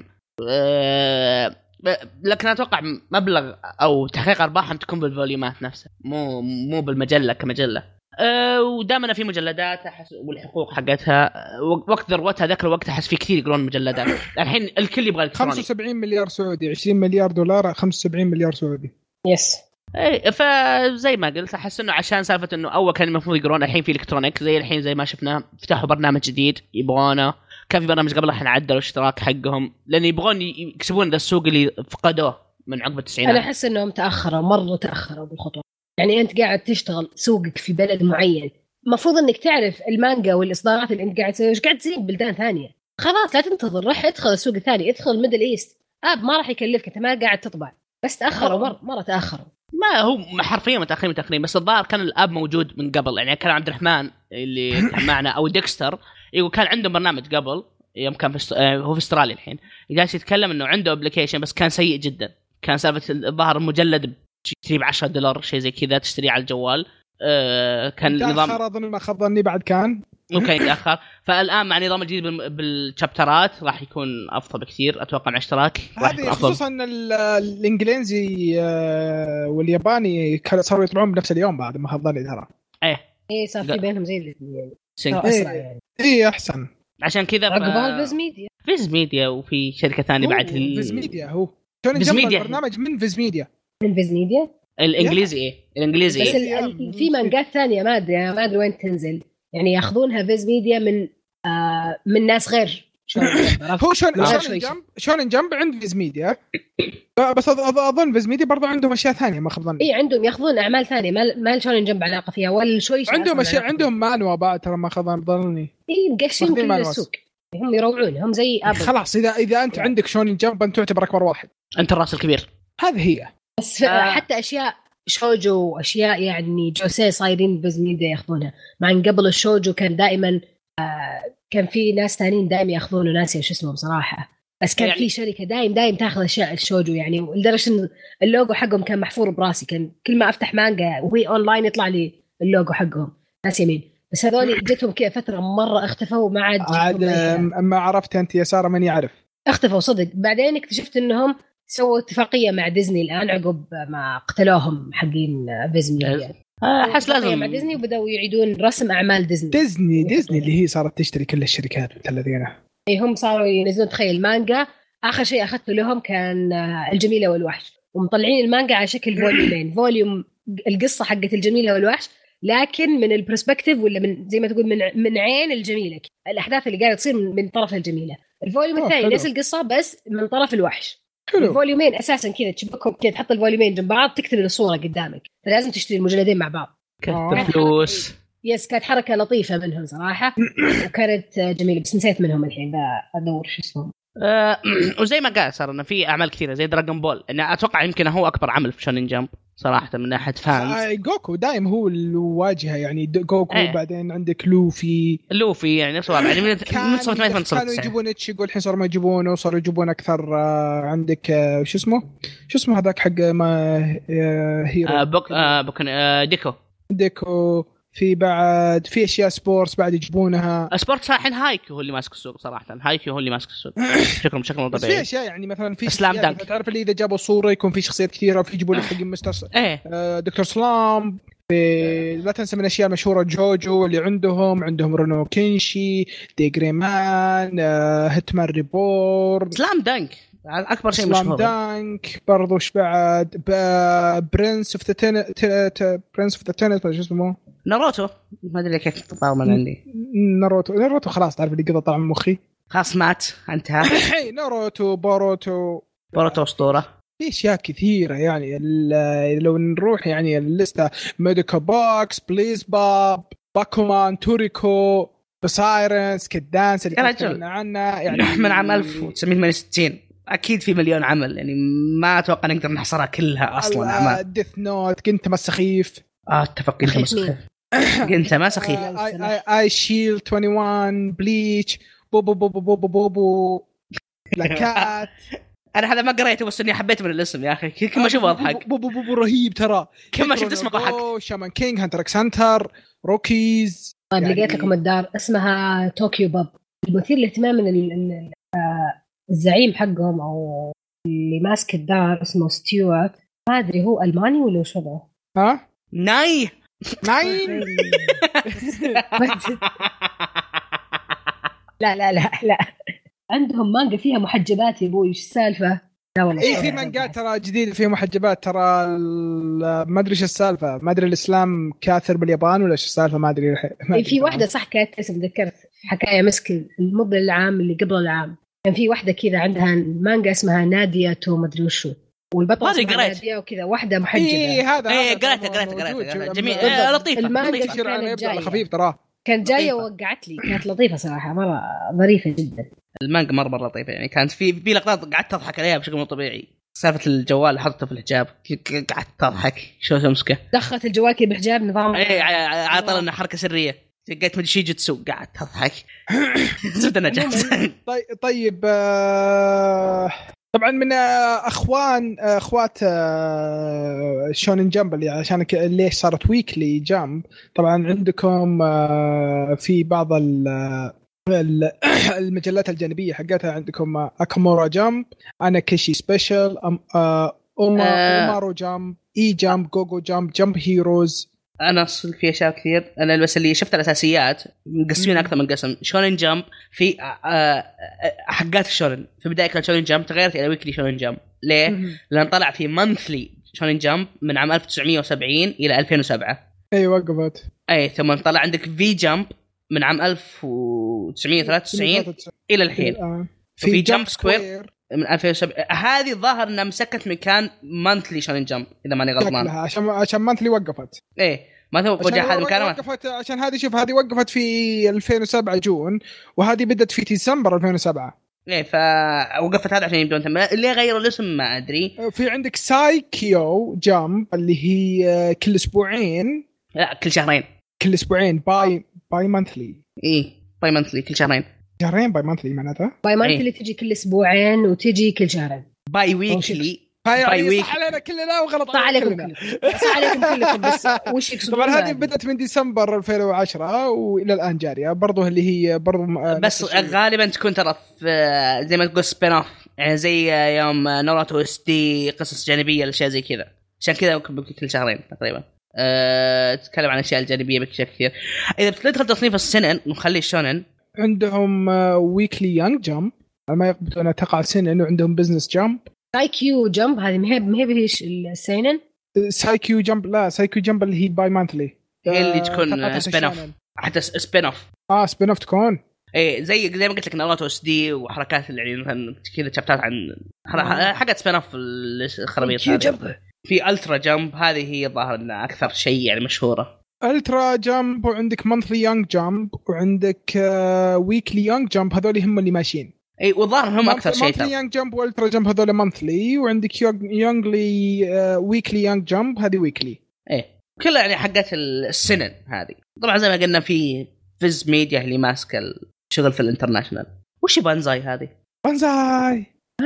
B: لكن اتوقع مبلغ او تحقيق ارباحهم تكون بالفوليومات نفسها، مو بالمجله كمجله. ودامنا في مجلدات والحقوق حقتها وقت ذروتها ذاك الوقت احس في كثير يقرون مجلدات. الحين الكل يبغى الكتروني.
A: 75 مليار سعودي، 20 مليار دولار، 75 مليار سعودي.
C: يس.
B: اي فزي ما قلت احس انه عشان سالفه انه اول كان المفروض يقرون، الحين في الكترونيك زي الحين زي ما شفنا فتحوا برنامج جديد يبغونه. كان في برنامج قبل الحين عدلوا الاشتراك حقهم لان يبغون يكسبون ذا السوق اللي فقدوه من عقب التسعينات.
C: انا احس انهم مره تاخروا بالخطوه. يعني انت قاعد تشتغل سوقك في بلد معين، المفروض انك تعرف المانجا والاصدارات اللي انت قاعد تسويها ايش قاعد تصير ببلدان ثانيه. خلاص لا تنتظر، روح ادخل السوق الثاني، ادخل الميدل ايست. ما راح يكلفك، انت ما قاعد تطبع، بس تاخروا مره تاخروا.
B: ما هو حرفيا متاخرين، بس الظاهر كان الاب موجود من قبل. يعني كان عبد الرحمن اللي كان معنا او ديكستر يقول كان عنده برنامج قبل يوم كان هو في استراليا. الحين جالس يتكلم انه عنده ابلكيشن بس كان سيء جدا. كان سالفه الظاهر المجلد تشتري ب$10 شيء زي كذا تشتريه على الجوال. كان نظام
A: اظن ما خضني بعد كان
B: ممكن يتاخر. فالان مع نظام الجديد بالشابترات راح يكون افضل بكثير. اتوقع مع اشتراك راح يكون افضل.
A: خصوصا الانجليزي والياباني كانوا صاروا يطلعون بنفس اليوم بعد ما خضني ترى.
C: ايه صار في بينهم زي الاثنين
A: يعني. ايه احسن.
B: عشان كذا فيز ميديا وفي شركه ثانيه بعد
A: فيز ميديا. هو كان جنب البرنامج من فيز ميديا
B: الانجليزي. الانجليزي
C: بس في مانجات ثانيه ما ادري وين تنزل. يعني ياخذونها فيز ميديا من ناس غير
A: هو شونن جمب عند فيز ميديا، بس اظن فيز ميديا برضو عندهم اشياء ثانيه ما خاب ظني.
C: عندهم ياخذون اعمال ثانيه ما شونن جمب علاقه فيها ولا شوي.
A: عندهم اشياء، عندهم مانوا بعد ترى ما خاب ظني.
C: مقشين كل السوق، هم يروعون، هم زي ابل.
A: خلاص اذا انت عندك شونن جمب انت تعتبر اكبر واحد،
B: انت الراس الكبير.
A: هذه هي.
C: بس حتى اشياء شوجو واشياء يعني جوسي صايرين فيز ميديا ياخذونها، مع ان قبل الشوجو كان دائما كان في ناس ثانيين دائما ياخذونه، ناسي شو اسمه بصراحه، بس كان يعني في شركه دائم تاخذ اشياء الشوجو، يعني لدرجه ان اللوجو حقهم كان محفور براسي، كان كل ما افتح مانجا وهي اونلاين يطلع لي اللوجو حقهم، ناس يمين. بس هذول جتهم كذا فتره مره اختفوا، ما عاد
A: ما عرفت انت يا ساره ماني عارف،
C: اختفوا صدق. بعدين اكتشفت انهم سووا اتفاقيه مع ديزني الان عقب ما قتلوهم حقين فيزمي.
B: حس لازم
C: مع ديزني وبداوا يعيدون رسم اعمال ديزني
A: اللي هي صارت تشتري كل الشركات الذين
C: هم صاروا ينزلون. تخيل مانجا اخر شيء اخذته لهم كان الجميله والوحش، ومطلعين المانجا على شكل فوليومين، فوليوم القصه حقت الجميله والوحش لكن من البرسبكتيف ولا من زي ما تقول من عين الجميله، الاحداث اللي قاعده تصير من طرف الجميله. الفوليوم الثاني نفس القصه بس من طرف الوحش. الفوليومين اساسا كذا تشبكهم كذا، تحط الفوليومين جنب بعض تكتب الصوره قدامك، فلازم تشتري المجلدين مع بعض.
B: فلوس
C: كانت حركه لطيفه منهم صراحه وكانت جميله، بس نسيت منهم الحين ادور شو اسمهم.
B: وزي ما قال صار انه في اعمال كثيره زي دراغون بول، انا اتوقع يمكن هو اكبر عمل في شونين جمب صراحه من ناحيه فانز.
A: جوكو دايم هو الواجهه، يعني جوكو بعدين عندك لوفي
B: يعني نفس الوضع، يعني من صفة 8
A: كانوا يجيبون اتشيغو، الحين صاروا ما يجيبون وصاروا يجيبون اكثر. عندك شو اسمه هذاك حق ما هيرو ديكو في بعد في اشياء سبورتس بعد يجيبونها.
B: سبورتس الحين هايكيو هو اللي ماسك السوق صراحه، هايكيو هو اللي ماسك السوق بشكل مو طبيعي.
A: في اشياء يعني مثلا في
B: سلام دانك،
A: تعرف اللي اذا جابوا صوره يكون في شخصيات كثيره، في يجيبوا لك حق مستر دكتور سلام. لا تنسى من الاشياء المشهوره جوجو اللي عندهم رونو كينشي، ديجريمان، هيتمان ريبورن،
B: سلام دانك اكبر شيء مشهور.
A: سلام دانك برضو ايش بعد، برنس اوف ذا تنس شو اسمه،
B: ناروتو. ما ادري كيف تطلع من عندي
A: ناروتو خلاص تعرف اللي قضى طعم مخي
B: خلاص مات انتهى.
A: ناروتو بوروتو
B: اسطوره.
A: في اشياء كثيره يعني لو نروح يعني الليسته، ميديكا بوكس، بليز باب، باكومان، توريكو، بسايرنس، كدانس اللي تكلمنا عنه يعني
B: من عام 1968. اكيد في مليون عمل، يعني ما اتوقع نقدر نحصرها كلها اصلا. اعمال
A: ديث نوت، كنت ما سخيف.
B: اتفق انت مسخيف. انت ما سخيف.
A: اي شيل 21، بليتش، بوبو لاكات.
B: انا هذا ما قريته بس اني حبيته من الاسم يا اخي، كل ما اشوفه اضحك.
A: بوبو رهيب ترى،
B: كل ما شفت اسمه ضحك.
A: شامان كينج، هانتر اكس هانتر، روكيز.
C: طيب يعني لقيت لكم الدار اسمها طوكيو باب، المثير للاهتمام من الزعيم حقهم او اللي ماسك الدار اسمه ستيوارت، ما ادري هو الماني ولا وش وضعه.
A: ها
B: ناي
C: لا عندهم مانجا فيها محجبات يا ابوي، ايش السالفه؟ لا والله
A: اي في مانجا ترى جديد فيها محجبات ترى، ما ادري ايش السالفه، ما ادري الاسلام كاثر باليابان ولا ايش السالفه، ما ادري.
C: في واحده صح كانت اسم ذكرت حكايه مسك المبدع العام اللي قبل العام، كان في واحده كذا عندها مانجا اسمها نادية تو ما ادري وشو، والبطله اسمها نادية وكذا واحده محجبه.
A: اي هذا
B: قريت جميل لطيف
C: المانجا
A: على خفيف ترى،
C: كانت جايه ووقعت لي، كانت لطيفه صراحه، مره ظريفه جدا.
B: المانجا مره لطيفه، يعني كانت في لقطات قعدت اضحك عليها بشكل مو طبيعي. سالفه الجوال اللي حطته في الحجاب قعدت اضحك، شو تمسكه
C: دخلت الجوال كذا بالحجاب نظام
B: عطل انها حركه سريه، لقيت مدري شي جتسو قعدت اضحك. زبده نجحت.
A: طيب طبعا من اخوات شونن جامب اللي عشان ليش صارت ويكلي جامب، طبعا عندكم في بعض المجلات الجانبيه حقتها، عندكم اكامورا جامب، انا كيشي سبيشال، اومارو جامب، اي جامب، جوجو جامب، جامب هيروز.
B: انا اصل في اشياء كثير، انا بس اللي شفت الاساسيات مقسمين اكثر من قسم. شونن جامب في حقات الشونن، في بدايه كان شونن جامب تغيرت الى ويكلي شونن جامب. ليه؟ لان طلع في مانثلي شونن جامب من عام 1970 الى 2007.
A: اي وقفت.
B: اي ثم طلع عندك في جامب من عام 1993 الى الحين. في جمب سكوير من 2007. هذه ظاهر انها مسكت مكان مانثلي شونين جمب اذا ماني غلطان،
A: عشان مانثلي وقفت.
B: ايه ما هو وجه هذا مكان
A: وقفت عشان هذه. شوف هذه وقفت في 2007 جون، وهذه بدت في ديسمبر 2007.
B: ايه فوقفت هذا عشان يبدون اللي غيروا الاسم ما ادري.
A: في عندك سايكيو جمب اللي هي كل اسبوعين،
B: لا كل شهرين،
A: كل اسبوعين. باي مانثلي.
B: ايه باي مانثلي كل شهرين
A: باي مانثلي معناتها
C: باي مانثلي تجي كل اسبوعين وتجي كل شهرين.
B: باي ويكلي.
A: باي ويك صح علينا كلنا وغلط
C: عليكم كلكم بس وش يقصدون؟
A: طبعا هذه بدأت من ديسمبر 2010 والى الان جاريه برضه، اللي هي برضه
B: بس غالبا تكون ترى زي ما تقول سبين اوف، يعني زي يوم ناروتو اس دي قصص جانبيه الاشياء زي كذا، عشان كذا ممكن كل شهرين تقريبا. تتكلم عن الاشياء الجانبيه بشكل كثير. اذا بتدخل تصنيف السنن نخلي الشونن
A: عندهم ويكلي يانج جامب ما يقبلون تقع سنن، وعندهم بزنس جامب.
C: سايكيو جامب هذه مهب ايش السينن؟
A: سايكيو جامب لا سايكيو جامب اللي هي باي مانثلي
B: هي اللي تكون سبين اوف، حتى سبين اوف
A: سبين اوف تكون
B: ايه زي ما قلت لك ناروتو اس دي وحركات اللي مثلا كذا شابترات عن حاجات سبين اوف الخرابيط هذه. في الترا جامب هذه هي ظاهر انها اكثر شيء يعني مشهوره.
A: الترا جامب، وعندك مانثلي يانج جامب، وعندك ويكلي يانج جامب. هذول هم اللي ماشيين.
B: اي والظاهر هم اكثر شيء.
A: مانثلي يانج جامب والترا جامب هذول مانثلي، وعندك يانجلي ويكلي يانج جامب هذه ويكلي.
B: ايه كلها يعني حقات السنن هذه. طبعا زي ما قلنا في فيز ميديا اللي ماسكه الشغل في الانترناشنال. وش بانزاي هذه؟
A: بانزاي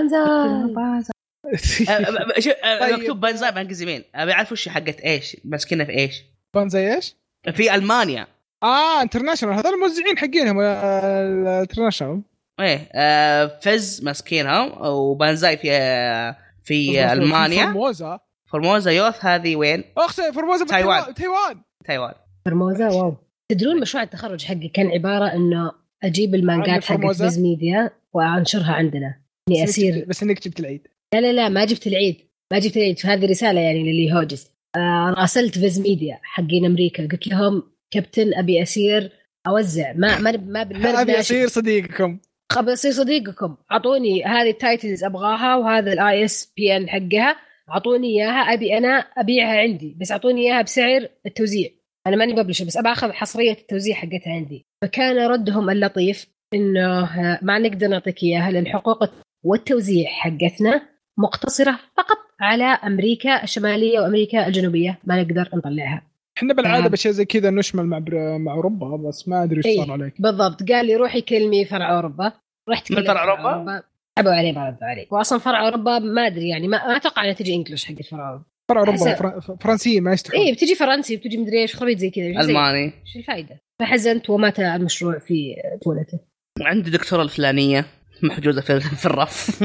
B: مكتوب بانزاي بانجزمين. ابي اعرف وش حقت ايش ماسكينها في ايش.
A: بانزاي ايش
B: في المانيا
A: انترناشنال. هذول الموزعين حقينهم الانترناشنال.
B: ايه فز ماسكينها. وبانزاي في المانيا. فورموزا يوث هذه وين؟
A: اخسر فورموزا تايوان.
C: فورموزا واو. تدرون مشروع التخرج حقي كان عباره انه اجيب المانجات حق فيز ميديا وانشرها عندنا. اني اسير
A: بس انك جبت العيد.
C: لا ما جبت العيد في هذه رساله يعني للي هوجس. راسلت فيز ميديا حقين امريكا قلت لهم كابتن ابي اسير اوزع ما
A: ابي اصير صديقكم.
C: أصير صديقكم. أعطوني هذه التايتلز أبغاها وهذا ISBN حقها أعطوني إياها. أبي أنا أبيعها عندي بس أعطوني إياها بسعر التوزيع. أنا ماني ببلش بس أبغى أخذ حصرية التوزيع حقتها عندي. فكان ردهم اللطيف إنه ما نقدر نعطيك إياها لأن حقوق والتوزيع حقتنا مقتصرة فقط على أمريكا الشمالية وأمريكا الجنوبية، ما نقدر نطلعها.
A: احنا بالعاده بشيء زي كذا نشمل مع اوروبا بس ما ادري ايش صار عليك.
C: بالضبط. قال لي روحي كلمي فرع اوروبا. رحت
B: من فرع اوروبا
C: حبوا عليه ما ردوا علي. واصلا فرع اوروبا ما ادري يعني ما اتوقع انها تجي انجلش حق فرع
A: اوروبا فرنسيه ما يستحق.
C: بتجي فرنسي بتجي مدري ايش خريط زي كذا
B: الماني.
C: ايش الفائده؟ فحزنت ومات المشروع في طولته.
B: عندي دكتوره الفلانيه محجوزه في الرف.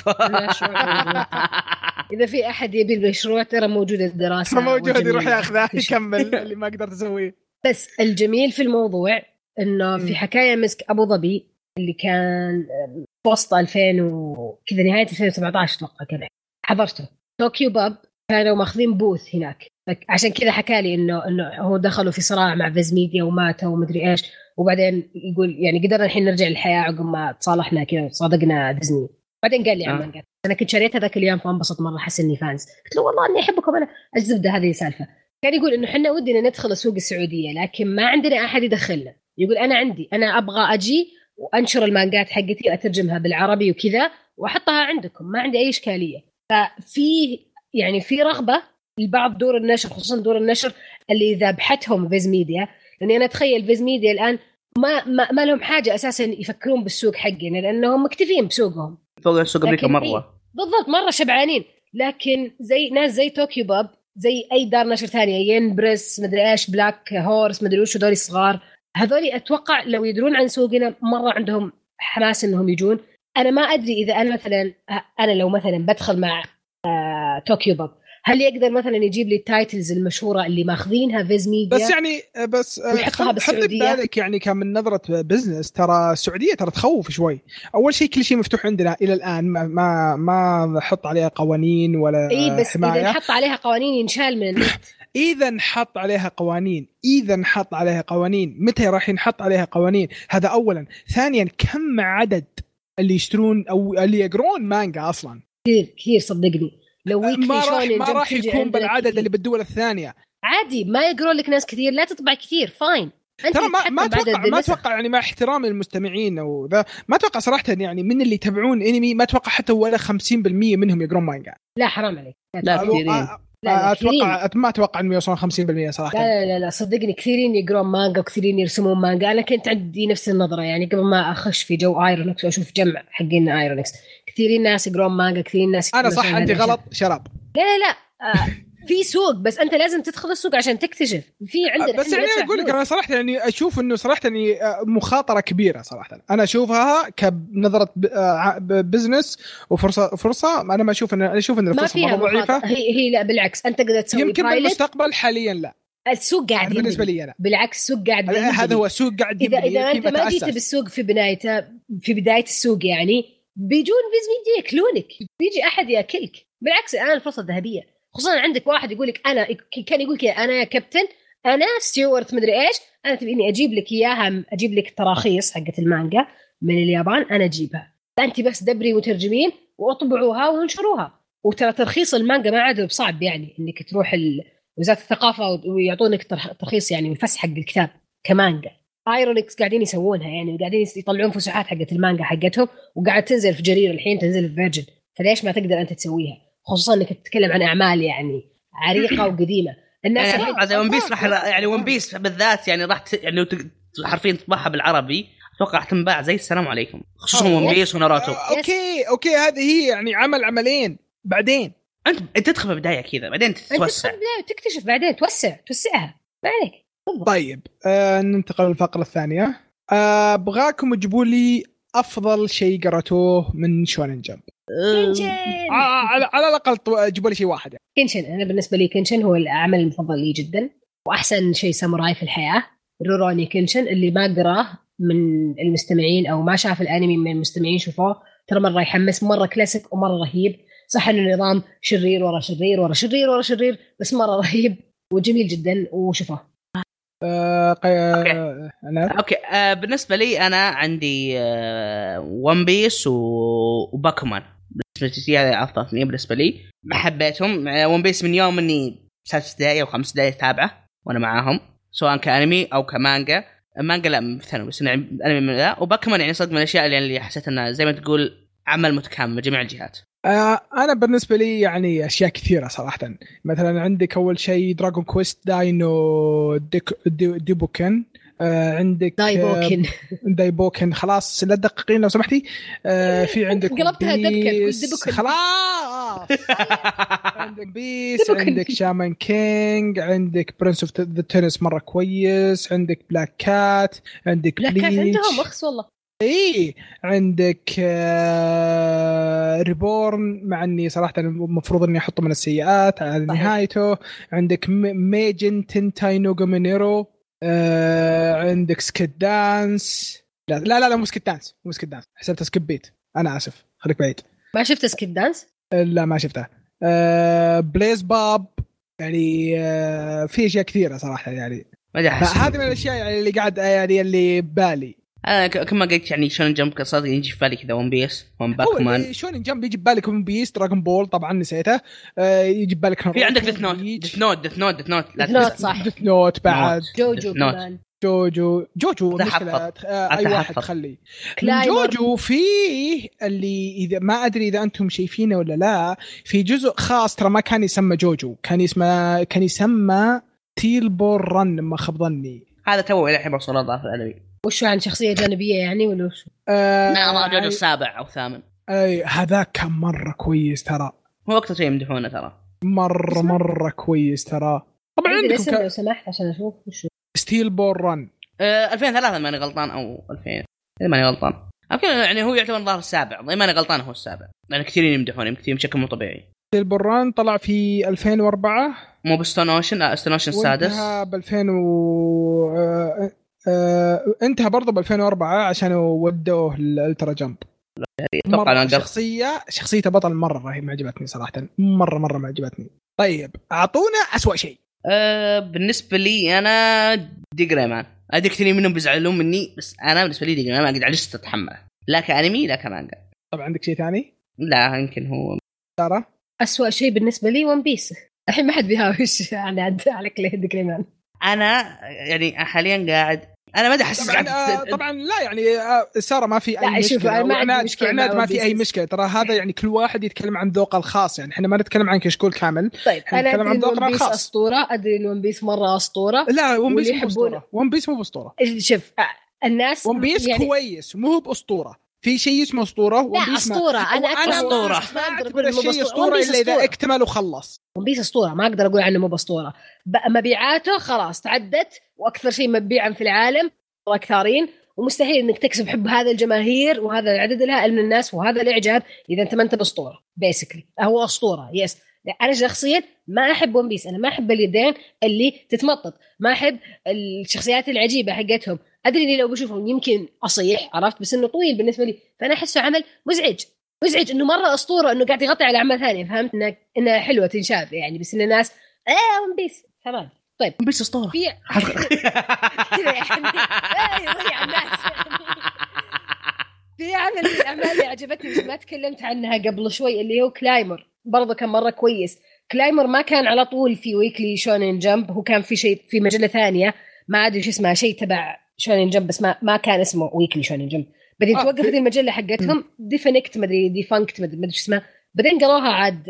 C: إذا في أحد يبي المشروع ترى موجودة الدراسة
A: موجود يروح ياخذها يكمل اللي ما قدرت أسويه.
C: بس الجميل في الموضوع إنه في حكاية مسك أبو ظبي اللي كان وسط 2000 وكذا نهاية 2017 أتوقع كان حضرته. طوكيو باب كانوا ماخذين بوث هناك عشان كذا حكالي إنه هو دخلوا في صراع مع فيز ميديا وماتوا ومدري إيش وبعدين يقول يعني قدرنا الحين نرجع للحياة عقب ما تصالحنا كذا صادقنا ديزني. بعدين قال لي عمان قال أنا كنت شريتها ذاك اليوم فانبسط مرة حس إني فانز. قلت له والله إني أحبكم أنا الزبدة هذه سالفة. كان يقول إنه حنا ودنا ندخل السوق السعودية لكن ما عندنا أحد يدخلنا. يقول أنا أبغى أجي وأنشر المانجات حقتي وأترجمها بالعربي وكذا وأحطها عندكم ما عندي أي إشكالية. ففي يعني في رغبة لبعض دور النشر خصوصا دور النشر اللي ذبحتهم فيز ميديا. لأني أنا أتخيل فيز ميديا الآن ما لهم حاجة أساسا يفكرون بالسوق حقنا لأنهم مكتفين بسوقهم
B: فوق سوق أمريكا مرة.
C: بالضبط مرة شبعانين. لكن زي ناس زي طوكيو باب زي أي دار نشر ثانية ينبرس مدري إيش بلاك هورس مدري وش دول صغار هذولي أتوقع لو يدرون عن سوقنا مرة عندهم حماس إنهم يجون. أنا ما أدري إذا أنا مثلا لو مثلا بدخل مع طوكيو باب هل يقدر مثلا يجيب لي التايتلز المشهوره اللي ماخذينها فيز ميديا
A: بس يعني
C: ويحطها بالسعوديه؟
A: بالك يعني كان من نظره بزنس، ترى السعوديه ترى تخوف شوي. اول شيء كل شيء مفتوح عندنا الى الان، ما حط عليها قوانين ولا
C: بس
A: حمايه.
C: اذا حط عليها قوانين ينشال من النت.
A: اذا حط عليها قوانين متى راح ينحط عليها قوانين؟ هذا اولا. ثانيا كم عدد اللي يشترون او اللي يقرون مانجا اصلا؟
C: كثير صدقني. لو
A: ما راح يكون بالعدد كثير. اللي بالدول الثانيه
C: عادي ما يقرون لك ناس كثير، لا تطبع كثير فاين.
A: ترى ما اتوقع يعني مع احترامي للمستمعين او ذا، ما اتوقع صراحه يعني من اللي يتابعون انمي ما اتوقع حتى ولا 50% منهم يقرون مانجا.
C: لا حرام عليك.
B: لا كثيرين.
A: ما اتوقع انه يوصلون 50% صراحه.
C: لا صدقني كثيرين يقرون مانجا وكثيرين يرسمون مانجا. انا كنت عندي نفس النظره يعني قبل ما اخش في جو ايرونكس واشوف جمع حقين ايرونكس، كثيرين ناس يقرون مانجا، كثيرين ناس.
A: انا صح عندي غلط شراب.
C: لا في سوق، بس انت لازم تدخل السوق عشان تكتشف. في عندنا
A: بس يعني اقول لك انا صراحه يعني اشوف انه صراحه يعني مخاطره كبيره صراحه. انا اشوفها كنظره بزنس وفرصه. انا ما اشوف انا اشوف ان الفرصه مره ضعيفه.
C: هي لا بالعكس، انت تقدر تسوي
A: يمكن بالمستقبل، حاليا لا.
C: السوق قاعد
A: بالنسبه لي أنا.
C: بالعكس السوق قاعد
A: هذا هو السوق قاعد
C: اذا انت ما جيت بالسوق في بنايته، في بدايه السوق يعني بيجون فيز ميديا ياكلونك، بيجي احد ياكلك. بالعكس الان الفرصه ذهبيه، خصوصا عندك واحد يقول لك انا كان يقول كذا، انا يا كابتن، انا ستيوارت مدري ايش، انا تبيني اجيب لك اياها، اجيب لك التراخيص حقت المانجا من اليابان، انا اجيبها، انت بس دبري مترجمين واطبعوها وانشروها. وترى ترخيص المانجا ما عاد بصعب يعني انك تروح وزاره الثقافه ويعطونك ترخيص يعني الفسح حق الكتاب كمانجا. ايرونكس قاعدين يسوونها يعني، قاعدين يطلعون فسحات حقت المانجا حقتهم، وقاعد تنزل في جرير الحين، تنزل في فيرجن. فليش ما تقدر انت تسويها؟ خصوصا انك تتكلم عن اعمال يعني عريقه وقديمه. الناس
B: هذا ون بيس راح يعني ون بيس بالذات يعني راح يعني حرفيا تطبعها بالعربي، اتوقع تنباع زي السلام عليكم، خصوصا ون بيس وناروتو.
A: اوكي هذه هي يعني عملين بعدين
B: انت تدخل في البدايه كذا، بعدين تتوسع،
C: تكتشف، بعدين توسعها بعدين.
A: طيب ننتقل للفقره الثانيه. ابغاكم تجيبوا لي افضل شيء قرأتوه من شونن جمب. على الاقل جيبوا لي شيء واحد يعني.
C: كينشن. انا بالنسبه لي كينشن هو العمل المفضل لي جدا، واحسن شيء ساموراي في الحياه روروني كينشن. اللي ما قراه من المستمعين او ما شاف الانمي من المستمعين شوفوه، ترى مره يحمس، مره كلاسيك ومره رهيب. صح انه النظام شرير ورا شرير ورا شرير ورا شرير، بس مره رهيب وجميل جدا وشوفوه.
B: اوكي بالنسبه لي انا عندي ون بيس وباكمان بالنسبه لي افضل اثنين بالنسبه لي. ما حبيتهم ون بيس من يوم اني 6 دقائق او 5 دقائق تابعه وانا معاهم، سواء كانمي او كمانجا. مانجا لا ثاني، بس انمي لا. وباكمان يعني صدق من الاشياء اللي حسيت انها زي ما تقول عمل متكامل من جميع الجهات.
A: أنا بالنسبة لي يعني أشياء كثيرة صراحة. مثلا عندك أول شيء دراغون كويست داينو ديبوكن. عندك دايبوكن خلاص لا تدققين لو سمحتي. في عندك
C: قلبتها دبكن
A: خلاص. عندك بيس، عندك شامان كينج، عندك برنس اوف ذا تنس مرة كويس، عندك بلاك كات، عندك
C: بلاك كات عندهم اخس والله.
A: ايه عندك ريبورن، مع اني صراحه المفروض اني احطه من السيئات على نهايته. عندك ميجن تنتاي نوغومينيرو. عندك سكيت دانس. لا مو سكيت دانس، حسبت سكيت بيت، انا اسف خليك بعيد.
C: ما شفت سكيت دانس؟
A: لا ما شفتها. بليز باب يعني. في اشياء كثيره صراحه يعني. هذه من الاشياء يعني اللي قاعد يعني اللي بالي.
B: انا كما قلت يعني شونن جمب قصاد يجي في بالي كذا ون بيس ون باكمان.
A: شونن جمب يجي في بالك ون بيس، دراغون بول طبعا نسيته. يجي في بالك
B: في عندك ديث نوت
C: صح،
A: ديث نوت بعد
C: جوجو
A: مشكلة. اي واحد تخلي جوجو فيه اللي اذا ما ادري اذا انتم شايفينه ولا لا، في جزء خاص ترى ما كان يسمى جوجو، كان يسمى تيل بور رن ما خاب ظني.
B: هذا تو الى الحين وصل له في الانمي.
C: وشو عن شخصية جانبية يعني ولا وشو؟
B: لا جوجو السابع أو الثامن.
A: أي هذا كان مرة كويس ترى.
B: هو أكتر شيء يمدحونه ترى.
A: مرة كويس ترى. طبعا
C: عندكم لو سمحت عشان أشوف وشو.
A: ستيل بور رن
B: 2003 ماني غلطان أو 2000 ماني غلطان. أوكي يعني هو يعتبر الظاهر السابع، ماني غلطان هو السابع، لأن كثيرين يمدحونه كثير بشكل مو طبيعي.
A: سيلفر ران طلع في 2004
B: مو بستون اوشن، لا ستون اوشن السادس
A: انتهى ب 2000 انتهى برضه ب 2004 عشان ودوه الالترا جامب. مرة شخصيته بطل مرة رهيب، معجبتني صراحة، مرة ما عجبتني. طيب أعطونا أسوأ شيء.
B: بالنسبة لي أنا ديجريمان. أدري كثير منهم بيزعلون مني، بس أنا بالنسبة لي ديجريمان قد عجزت أتحمله، لا كأنمي لا كمانجا.
A: طبعا عندك شيء ثاني؟
B: لا يمكن هو
A: ترى
C: أسوأ شيء بالنسبة لي ون بيس. الحين ما حد بيهاوش عليك ليه ديجريمان.
B: أنا يعني حاليا قاعد أنا ما أحس
A: طبعا لا يعني سارة ما في أي مشكلة، ما في أي مشكلة. ترى هذا يعني كل واحد يتكلم عن ذوقه الخاص، يعني إحنا ما نتكلم عن كشكول كامل.
C: طيب أنا أدري عن ذوقنا الخاص. أسطورة، أدري إن ون بيس مرة أسطورة.
A: لا ون بيس مو أسطورة، ون بيس مو أسطورة.
C: شوف الناس
A: ون بيس يعني كويس مو بأسطورة. في شيء اسمه أسطورة، ون بيس
C: أسطورة. أنا
B: أسطورة
A: ما أقدر أقول الشيء أسطورة إلا إذا اكتمل وخلص.
C: ون بيس أسطورة، ما أقدر أقول عنه مو بأسطورة. مبيعاته خلاص تعدت، وأكثر شيء مبيعا في العالم وأكثرين، ومستحيل إنك تكسب حب هذا الجماهير وهذا العدد الهائل من الناس وهذا الإعجاب إذا أنت ما أنت بأسطورة. بيسكلي هو أسطورة يس. أنا شخصيا ما أحب ون بيس، أنا ما أحب اليدين اللي تتمطط، ما أحب الشخصيات العجيبة حقتهم. أدري إني لو بشوفهم يمكن أصيح، عرفت، بس إنه طويل بالنسبة لي، فأنا أحسه عمل مزعج إنه مرة أسطورة، إنه قاعد يغطي على أعمال ثانية. فهمت إنها حلوة تنشاف يعني، بس إن الناس ون بيس تمام. طيب
B: ون بيس أسطورة
C: في كذا يعني يضيع الناس. في عمل من الأعمال اللي عجبتني بس ما تكلمت عنها قبل شوي، اللي هو كلايمر. برضه كان مرة كويس. كلايمر ما كان على طول في ويكلي شونين جمب، هو كان في شيء في مجلة ثانية ما أدري شو اسمها، شيء تبع شونين جمب، بس ما كان اسمه ويكلي شونين جمب. بعدين توقفت المجلة حقتهم ديفنكت ديفانكت ما أدري شو اسمها. بعدين قالوها عاد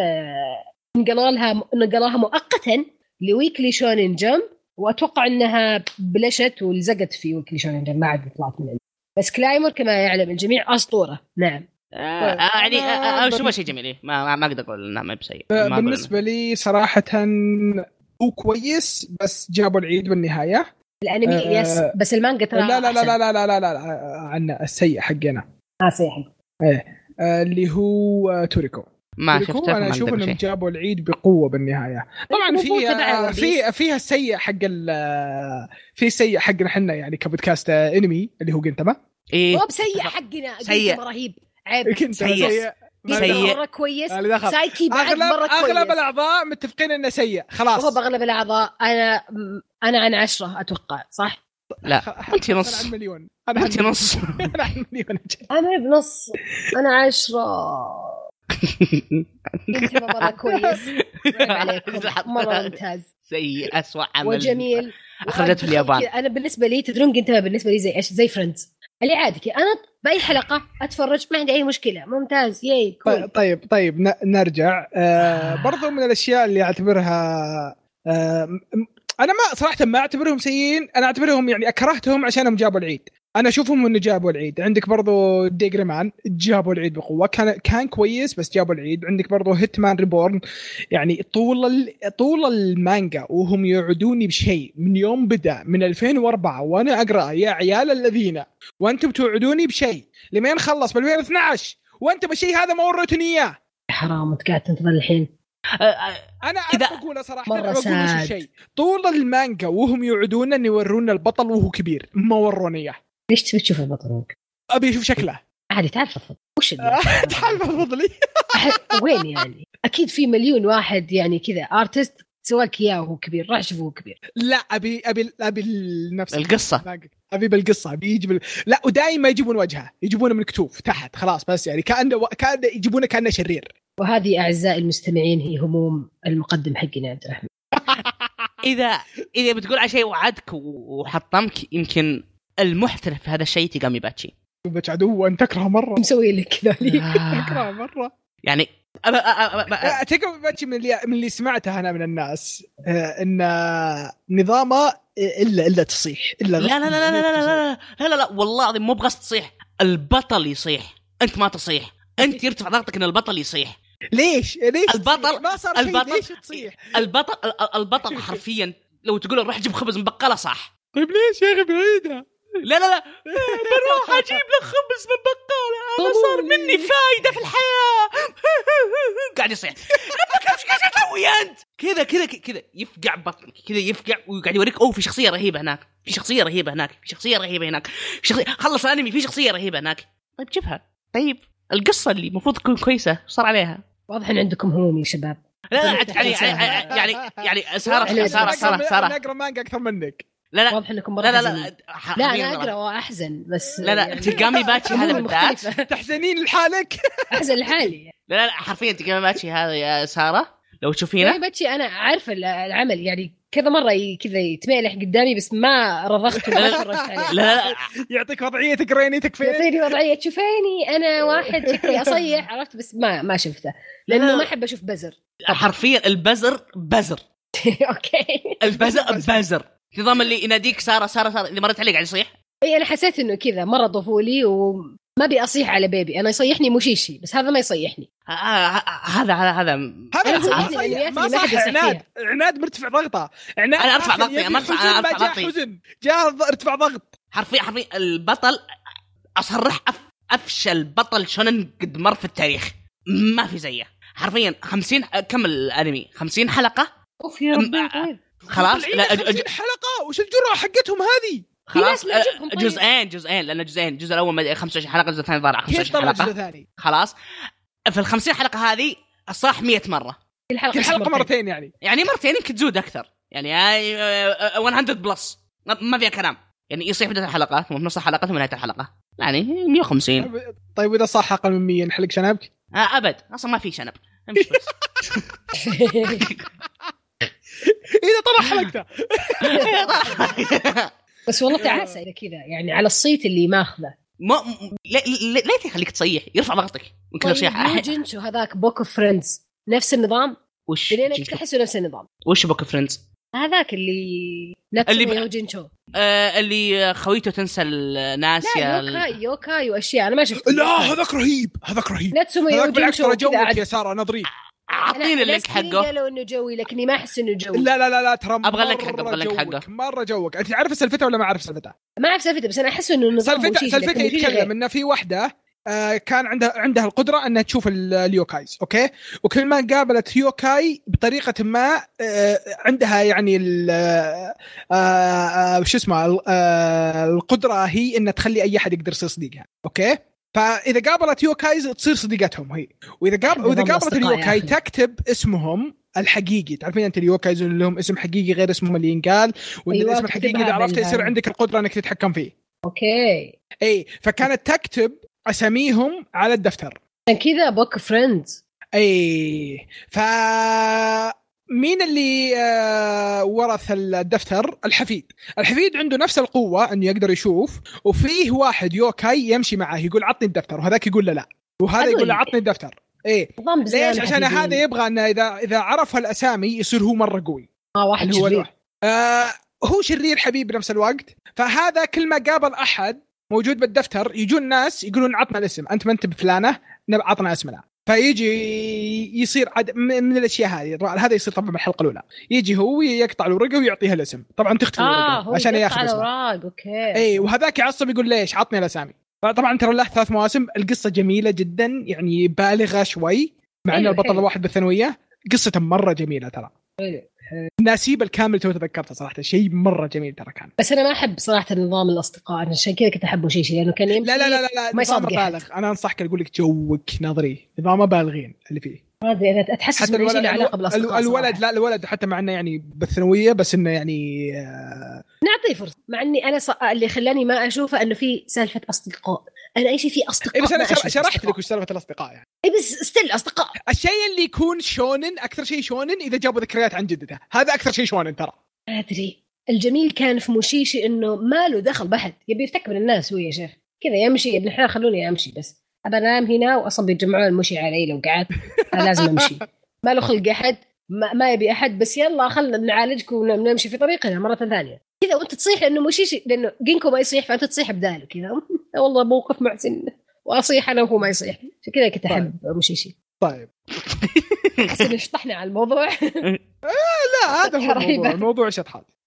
C: نقلوها مؤقتا لويكلي شونين جمب، وأتوقع أنها بلشت ولزقت في ويكلي شونين جمب، ما عاد طلعت من عنده. بس كلايمر كما يعلم الجميع أسطورة. نعم
B: يعني شو شيء جميل، ما أقدر أقول إنها ما بسيء.
A: بالنسبة لي صراحة هو كويس، بس جابوا العيد بالنهاية.
C: الأنمي يس، بس المانجا ترى
A: لا عن السيء حقنا.
C: سيء
A: اللي هو توريكو.
B: ما شفته.
A: أنا أشوف إنهم جابوا العيد بقوة بالنهاية. طبعا فيها السيء حق في سيء حقنا حنا يعني كبودكاست انمي اللي هو جنتما.
C: إيه مو بسيء حقنا، سيء رهيب، عيب
B: سيء
C: مرة كويس. سايكي بعد مرة كويس.
A: أغلب الأعضاء متفقين إنه سيء خلاص.
C: هو بأغلب الأعضاء أنا عن 10 أتوقع صح؟
B: لا أنت نص. أنت نص.
C: أنا بنص. أنا 10. أنت مرة كويس. مرة ممتاز.
B: سيء أسوأ عمل
C: وجميل.
B: أخرجت في اليابان.
C: أنا بالنسبة لي تدرون أنت بالنسبة لي زي إيش؟ زي فريندز اللي عادي أنا بأي حلقة أتفرج ما عندي أي مشكلة، ممتاز ياي كول.
A: طيب نرجع برضو من الأشياء اللي أعتبرها أنا ما صراحة ما أعتبرهم سيئين، أنا أعتبرهم يعني أكرهتهم عشانهم جابوا العيد. أنا أشوفهم إنه جابوا العيد. عندك برضو ديجريمان جابوا العيد بقوة، كان كويس بس جابوا العيد. عندك برضو هيتمان ريبورن، يعني طول المانجا وهم يعدوني بشيء من يوم بدأ من 2004 وأنا أقرأ يا عيال الذين، وأنتم توعدوني بشيء لما نخلص بال 2012 وأنت بشيء هذا ما وريتني إياه.
C: حرام قاعد تنتظر الحين.
A: أنا أقول صراحة أقول شيء طول المانجا وهم يعدون أن يورونا البطل وهو كبير، ما وروني إياه.
C: ليش تبي تشوف البطل؟
A: أبي أشوف شكله
C: عادي. تعرف الفضل وش
A: تعرف الفضلي
C: وين يعني؟ أكيد في مليون واحد يعني كذا أرتست سوالك إياه وهو كبير، راح شوفه كبير.
A: لا أبي نفس
B: القصة.
A: أبي بالقصة أبي يجيب لا، ودائما يجيبون وجهه، يجيبونه من كتوف تحت خلاص، بس يعني كأنه يجيبونه كأنه شرير.
C: وهذه أعزائي المستمعين هي هموم المقدم حقنا عبد الرحمن.
B: إذا بتقول على شيء وعدك وحطمك، يمكن المحترف في هذا الشيء تيغامي باتشي.
A: عدو أن تكره مرة
C: مسوي لك كذا
A: تكره مرة يعني. تيغامي باتشي من اللي سمعته أنا من الناس إن نظامه إلا تصيح إلا
B: لا لا لا لا لا لا لا لا والله العظيم مو بغص تصيح، البطل يصيح أنت ما تصيح، أنت يرتفع ضغطك إن البطل يصيح.
A: ليش
B: البطل
A: ما صار
B: البطل
A: ليش تصيح؟
B: البطل حرفيا لو تقول روح جيب خبز مبقلة صح.
A: طيب ليش يا أخي بعيدة؟
B: لا بروح اجيب لك خبز من بقاله، انا صار مني فايده في الحياه. قاعد يصيح ايش قاعد تسوي انت؟ كذا يفقع بطنك، كذا يفقع وقاعد يوريك اوه في شخصيه رهيبه هناك، في شخصيه رهيبه هناك، في شخصيه رهيبه هناك، خلص الانمي في شخصيه رهيبه هناك. طيب جيبها. طيب القصه اللي المفروض تكون كويسه صار عليها.
C: واضح ان عندكم هموم يا شباب.
B: لا يعني سارة
A: نقرا مانجا اكثر منك.
B: لا
C: واضح انكم
B: لا
C: انا اقرا واحزن بس.
B: لا تيغامي باتشي هذا بالذات
A: تحزنين لحالك.
C: احزن لحالي.
B: لا حرفيا تيغامي باتشي هذا يا سارة لو تشوفينه.
C: تيغامي باتشي انا عارفه العمل يعني كذا مره كذا يتميلح قدامي بس ما رضخت وما تفرجت عليه.
B: لا
A: يعطيك وضعيتك رينيتك فين؟
C: يعطيني وضعيه تشوفيني انا واحد شكلي اصيح عرفت بس ما شفته لانه ما احب اشوف بزر.
B: حرفيا البزر بزر.
C: اوكي
B: البزر نظام اللي يناديك سارة اللي مرت عليه قاعد يصيح.
C: اي انا حسيت انه كذا مره طفولي وما بيصيح على بيبي. انا يصيحني موشيشي بس هذا ما يصيحني.
B: هذا
A: ما صح. عناد مرتفع ضغطه. عناد
B: انا ارفع ضغطي. انا ارفع ضغطي.
A: حزن جاء ارتفع ضغط.
B: حرفيا البطل اصرح افشل بطل شونن قد مر في التاريخ، ما في زيه. حرفيا 50 كم الانمي 50 حلقه.
C: اوف يا ربي. طيب
B: خلاص
A: 50 حلقه وش الجرعه حقتهم هذه؟
B: خلاص جزئين لأن جزئين. الجزء الأول 25 حلقة، الجزء الثاني ضارع 25 حلقة. خلاص في 50 حلقة هذه الصراحة 100 مرة.
C: كل حلقة
A: مرتين
B: يعني مرتين يمكن تزود أكثر يعني 100 بلس ما فيها كلام. يعني يصيح بداية الحلقة ثم في نص الحلقة ثم نهاية الحلقة يعني 150.
A: طيب إذا صح أقل من 100 نحلق شنبك؟
B: أبد أصلا ما في شنب. امشي بس.
A: إذا طلع حلقته.
C: بس والله تعاسة إذا كذا يعني على الصيت اللي ماخذه.
B: لا تخليك تصيح يرفع ضغطك ممكن أصيح.
C: يوجنشو هذاك بوك فريندز نفس النظام.
B: وش
C: اللي أنا تحسه نفس النظام.
B: وش بوك فريندز؟
C: هذاك اللي يوجنشو
B: اللي خويته تنسى الناس
C: يا يوكاي واشياء انا ما شفت.
A: لا هذاك رهيب.
C: ناتسوما يوجنشو
A: جوك يا سارة نظري.
B: أعطيني اللينك حقه.
C: قالوا إنه جوي لكني ما أحس إنه جوي.
A: لا ترى
B: أبغى اللينك حقه
A: مرة جوك. أنت عارف سالفته ولا ما عارف سالفته؟
C: ما أعرف سالفته بس أنا أحس إنه نظام
A: سالفته يتكلم إنه في واحدة كان عندها القدرة أنها تشوف اليوكايز. أوكي وكل ما قابلت يوكاي بطريقة ما عندها يعني وش اسمه القدرة هي إن تخلي أي أحد يقدر يصير صديقها. أوكي فإذا قابلت يوكايز تصير صديقتهم هي. وإذا قابلت اليوكاي تكتب اسمهم الحقيقي. تعرفين أنت اليوكايز اللي لهم اسم حقيقي غير اسمهم اللي ينقال وإن الاسم الحقيقي إذا عرفته يصير عندك القدرة أنك تتحكم فيه.
C: أوكي
A: أي فكانت تكتب أساميهم على الدفتر
C: عشان كذا بوك فريندز.
A: أي مين اللي ورث الدفتر؟ الحفيد عنده نفس القوة أنه يقدر يشوف وفيه واحد يوكاي يمشي معه يقول عطني الدفتر وهذاك يقول لا وهذا يقول له عطني الدفتر. إيه ليش؟ عشان هذا يبغى أنه إذا عرف الأسامي يصير هو مرة قوي.
C: واحد شرير.
A: هو شرير حبيب بنفس الوقت. فهذا كل ما قابل أحد موجود بالدفتر يجون ناس يقولون عطنا الاسم أنت ما أنت بفلانة عطنا اسمنا. فيجي يصير من الاشياء هذا يصير طبعا بالحلقه الاولى يجي هو يقطع الورقه ويعطيها الاسم. طبعا تختفي الورقه عشان ياخذ اسمه.
C: اوكي
A: اي وهذاك يعصب يقول ليش عطني الاسامي. طبعا ترى له 3 مواسم. القصه جميله جدا يعني بالغه شوي مع ان البطل الواحد بالثانويه. قصته مره جميله ترى. ناسيب الكامل تو تذكرته صراحه شيء مره جميل ترى كان.
C: بس انا ما احب صراحه نظام الاصدقاء عشان كذا كنت احبه شيء لانه كان يمشي
A: لا نظام بالغ. انا انصحك اقول لك جوك نظري نظام بالغين اللي فيه.
C: هذا اذا تحسس من شيء له علاقه بالاصدقاء.
A: الولد لا الولد حتى مع انه يعني بالثانويه بس انه يعني
C: نعطيه فرصه. مع اني انا اللي خلاني ما اشوفه انه في سالفه اصدقاء. انا اي شيء فيه اصدقاء.
A: بس انا شرحت لك وش سالفه الاصدقاء يعني.
C: بس ستيل اصدقاء.
A: الشيء اللي يكون شونن اكثر شيء شونن اذا جابوا ذكريات عن جدته. هذا اكثر شيء شونن ترى.
C: ادري الجميل كان في موشيشي انه ما له دخل بحد يبي يفتك من الناس. هو يا شيخ كذا يمشي ابن الحلال خلوني امشي بس ابى انام هنا واصلا بيجمعون المشي علي لو قعدت لازم امشي. ما له خلق احد ما يبي احد بس يلا خلنا نعالجك ونمشي في طريقنا مره ثانيه كذا. وانت تصيح لانه موشيشي لانه جينكو ما يصيح فانت تصيح بداله كذا. والله موقف محزن واصيح انا وهو ما يصيح كذا. كنت احب موشيشي.
A: طيب
C: حسنا شطحنا على الموضوع.
A: لا هذا هو الموضوع شطحات.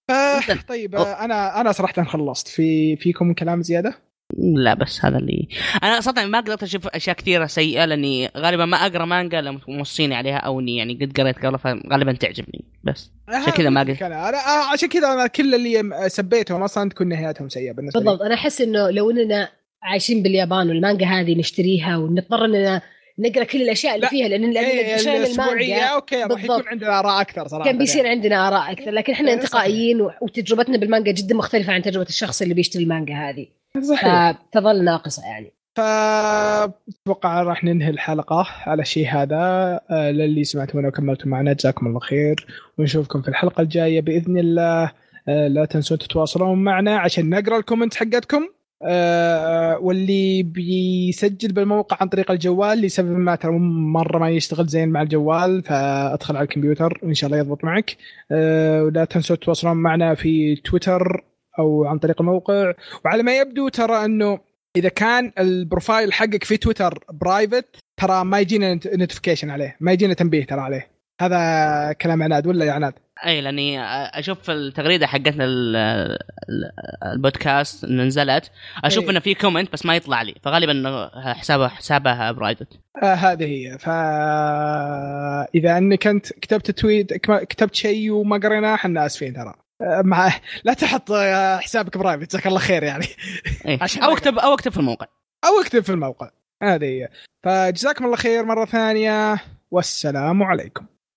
A: طيب انا صراحه خلصت. فيكم كلام زياده؟
B: لا بس هذا اللي انا صراحه ما قدرت اشوف اشياء كثيره سيئه، لاني غالبا ما اقرا مانجا لما موصيني عليها، او اني يعني قد قريت قبل فغالبا تعجبني، بس عشان كذا ما قلت.
A: انا عشان كذا انا كل اللي سبيتهم اصلا تكون نهايتهم سيئه بالنسبه
C: بالضبط. انا احس انه لو اننا عايشين باليابان والمانجا هذه نشتريها ونضطر اننا نقرا كل الاشياء اللي فيها، لان
A: الاسبوعيه اوكي راح يكون عندنا اراء اكثر صراحه،
C: كان بيصير عندنا اراء اكثر، لكن احنا انتقائيين وتجربتنا بالمانجا جدا مختلفه عن تجربه الشخص اللي بيشتري المانجا هذه، فتظل ناقصه يعني.
A: فأتوقع راح ننهي الحلقة على الشيء هذا. للي سمعتونا وكملتوا معنا جزاكم الله خير، ونشوفكم في الحلقة الجاية بإذن الله. لا تنسوا تتواصلون معنا عشان نقرأ الكومنت حقتكم. واللي بيسجل بالموقع عن طريق الجوال لسبب ما مرة ما يشتغل زين مع الجوال، فأدخل على الكمبيوتر إن شاء الله يضبط معك. ولا تنسوا تتواصلون معنا في تويتر أو عن طريق الموقع. وعلى ما يبدو ترى أنه إذا كان البروفايل حقك في تويتر برايفت ترى ما يجينا نوتيفيكيشن عليه، ما يجينا تنبيه ترى عليه. هذا كلام عناد ولا يا عناد؟
B: أي لأني أشوف التغريدة حقتنا البودكاست نزلت أشوف إنه في كومنت بس ما يطلع لي، فغالبا إنه حسابها برايفت.
A: هذه هي. فإذا أنك أنت كتبت تويت كتبت شيء وما قريناه احنا آسفين ترى. لا تحط حسابك برايفت جزاك الله خير يعني.
B: او اكتب في الموقع.
A: هذه هي. فجزاكم الله خير مرة ثانية، والسلام عليكم.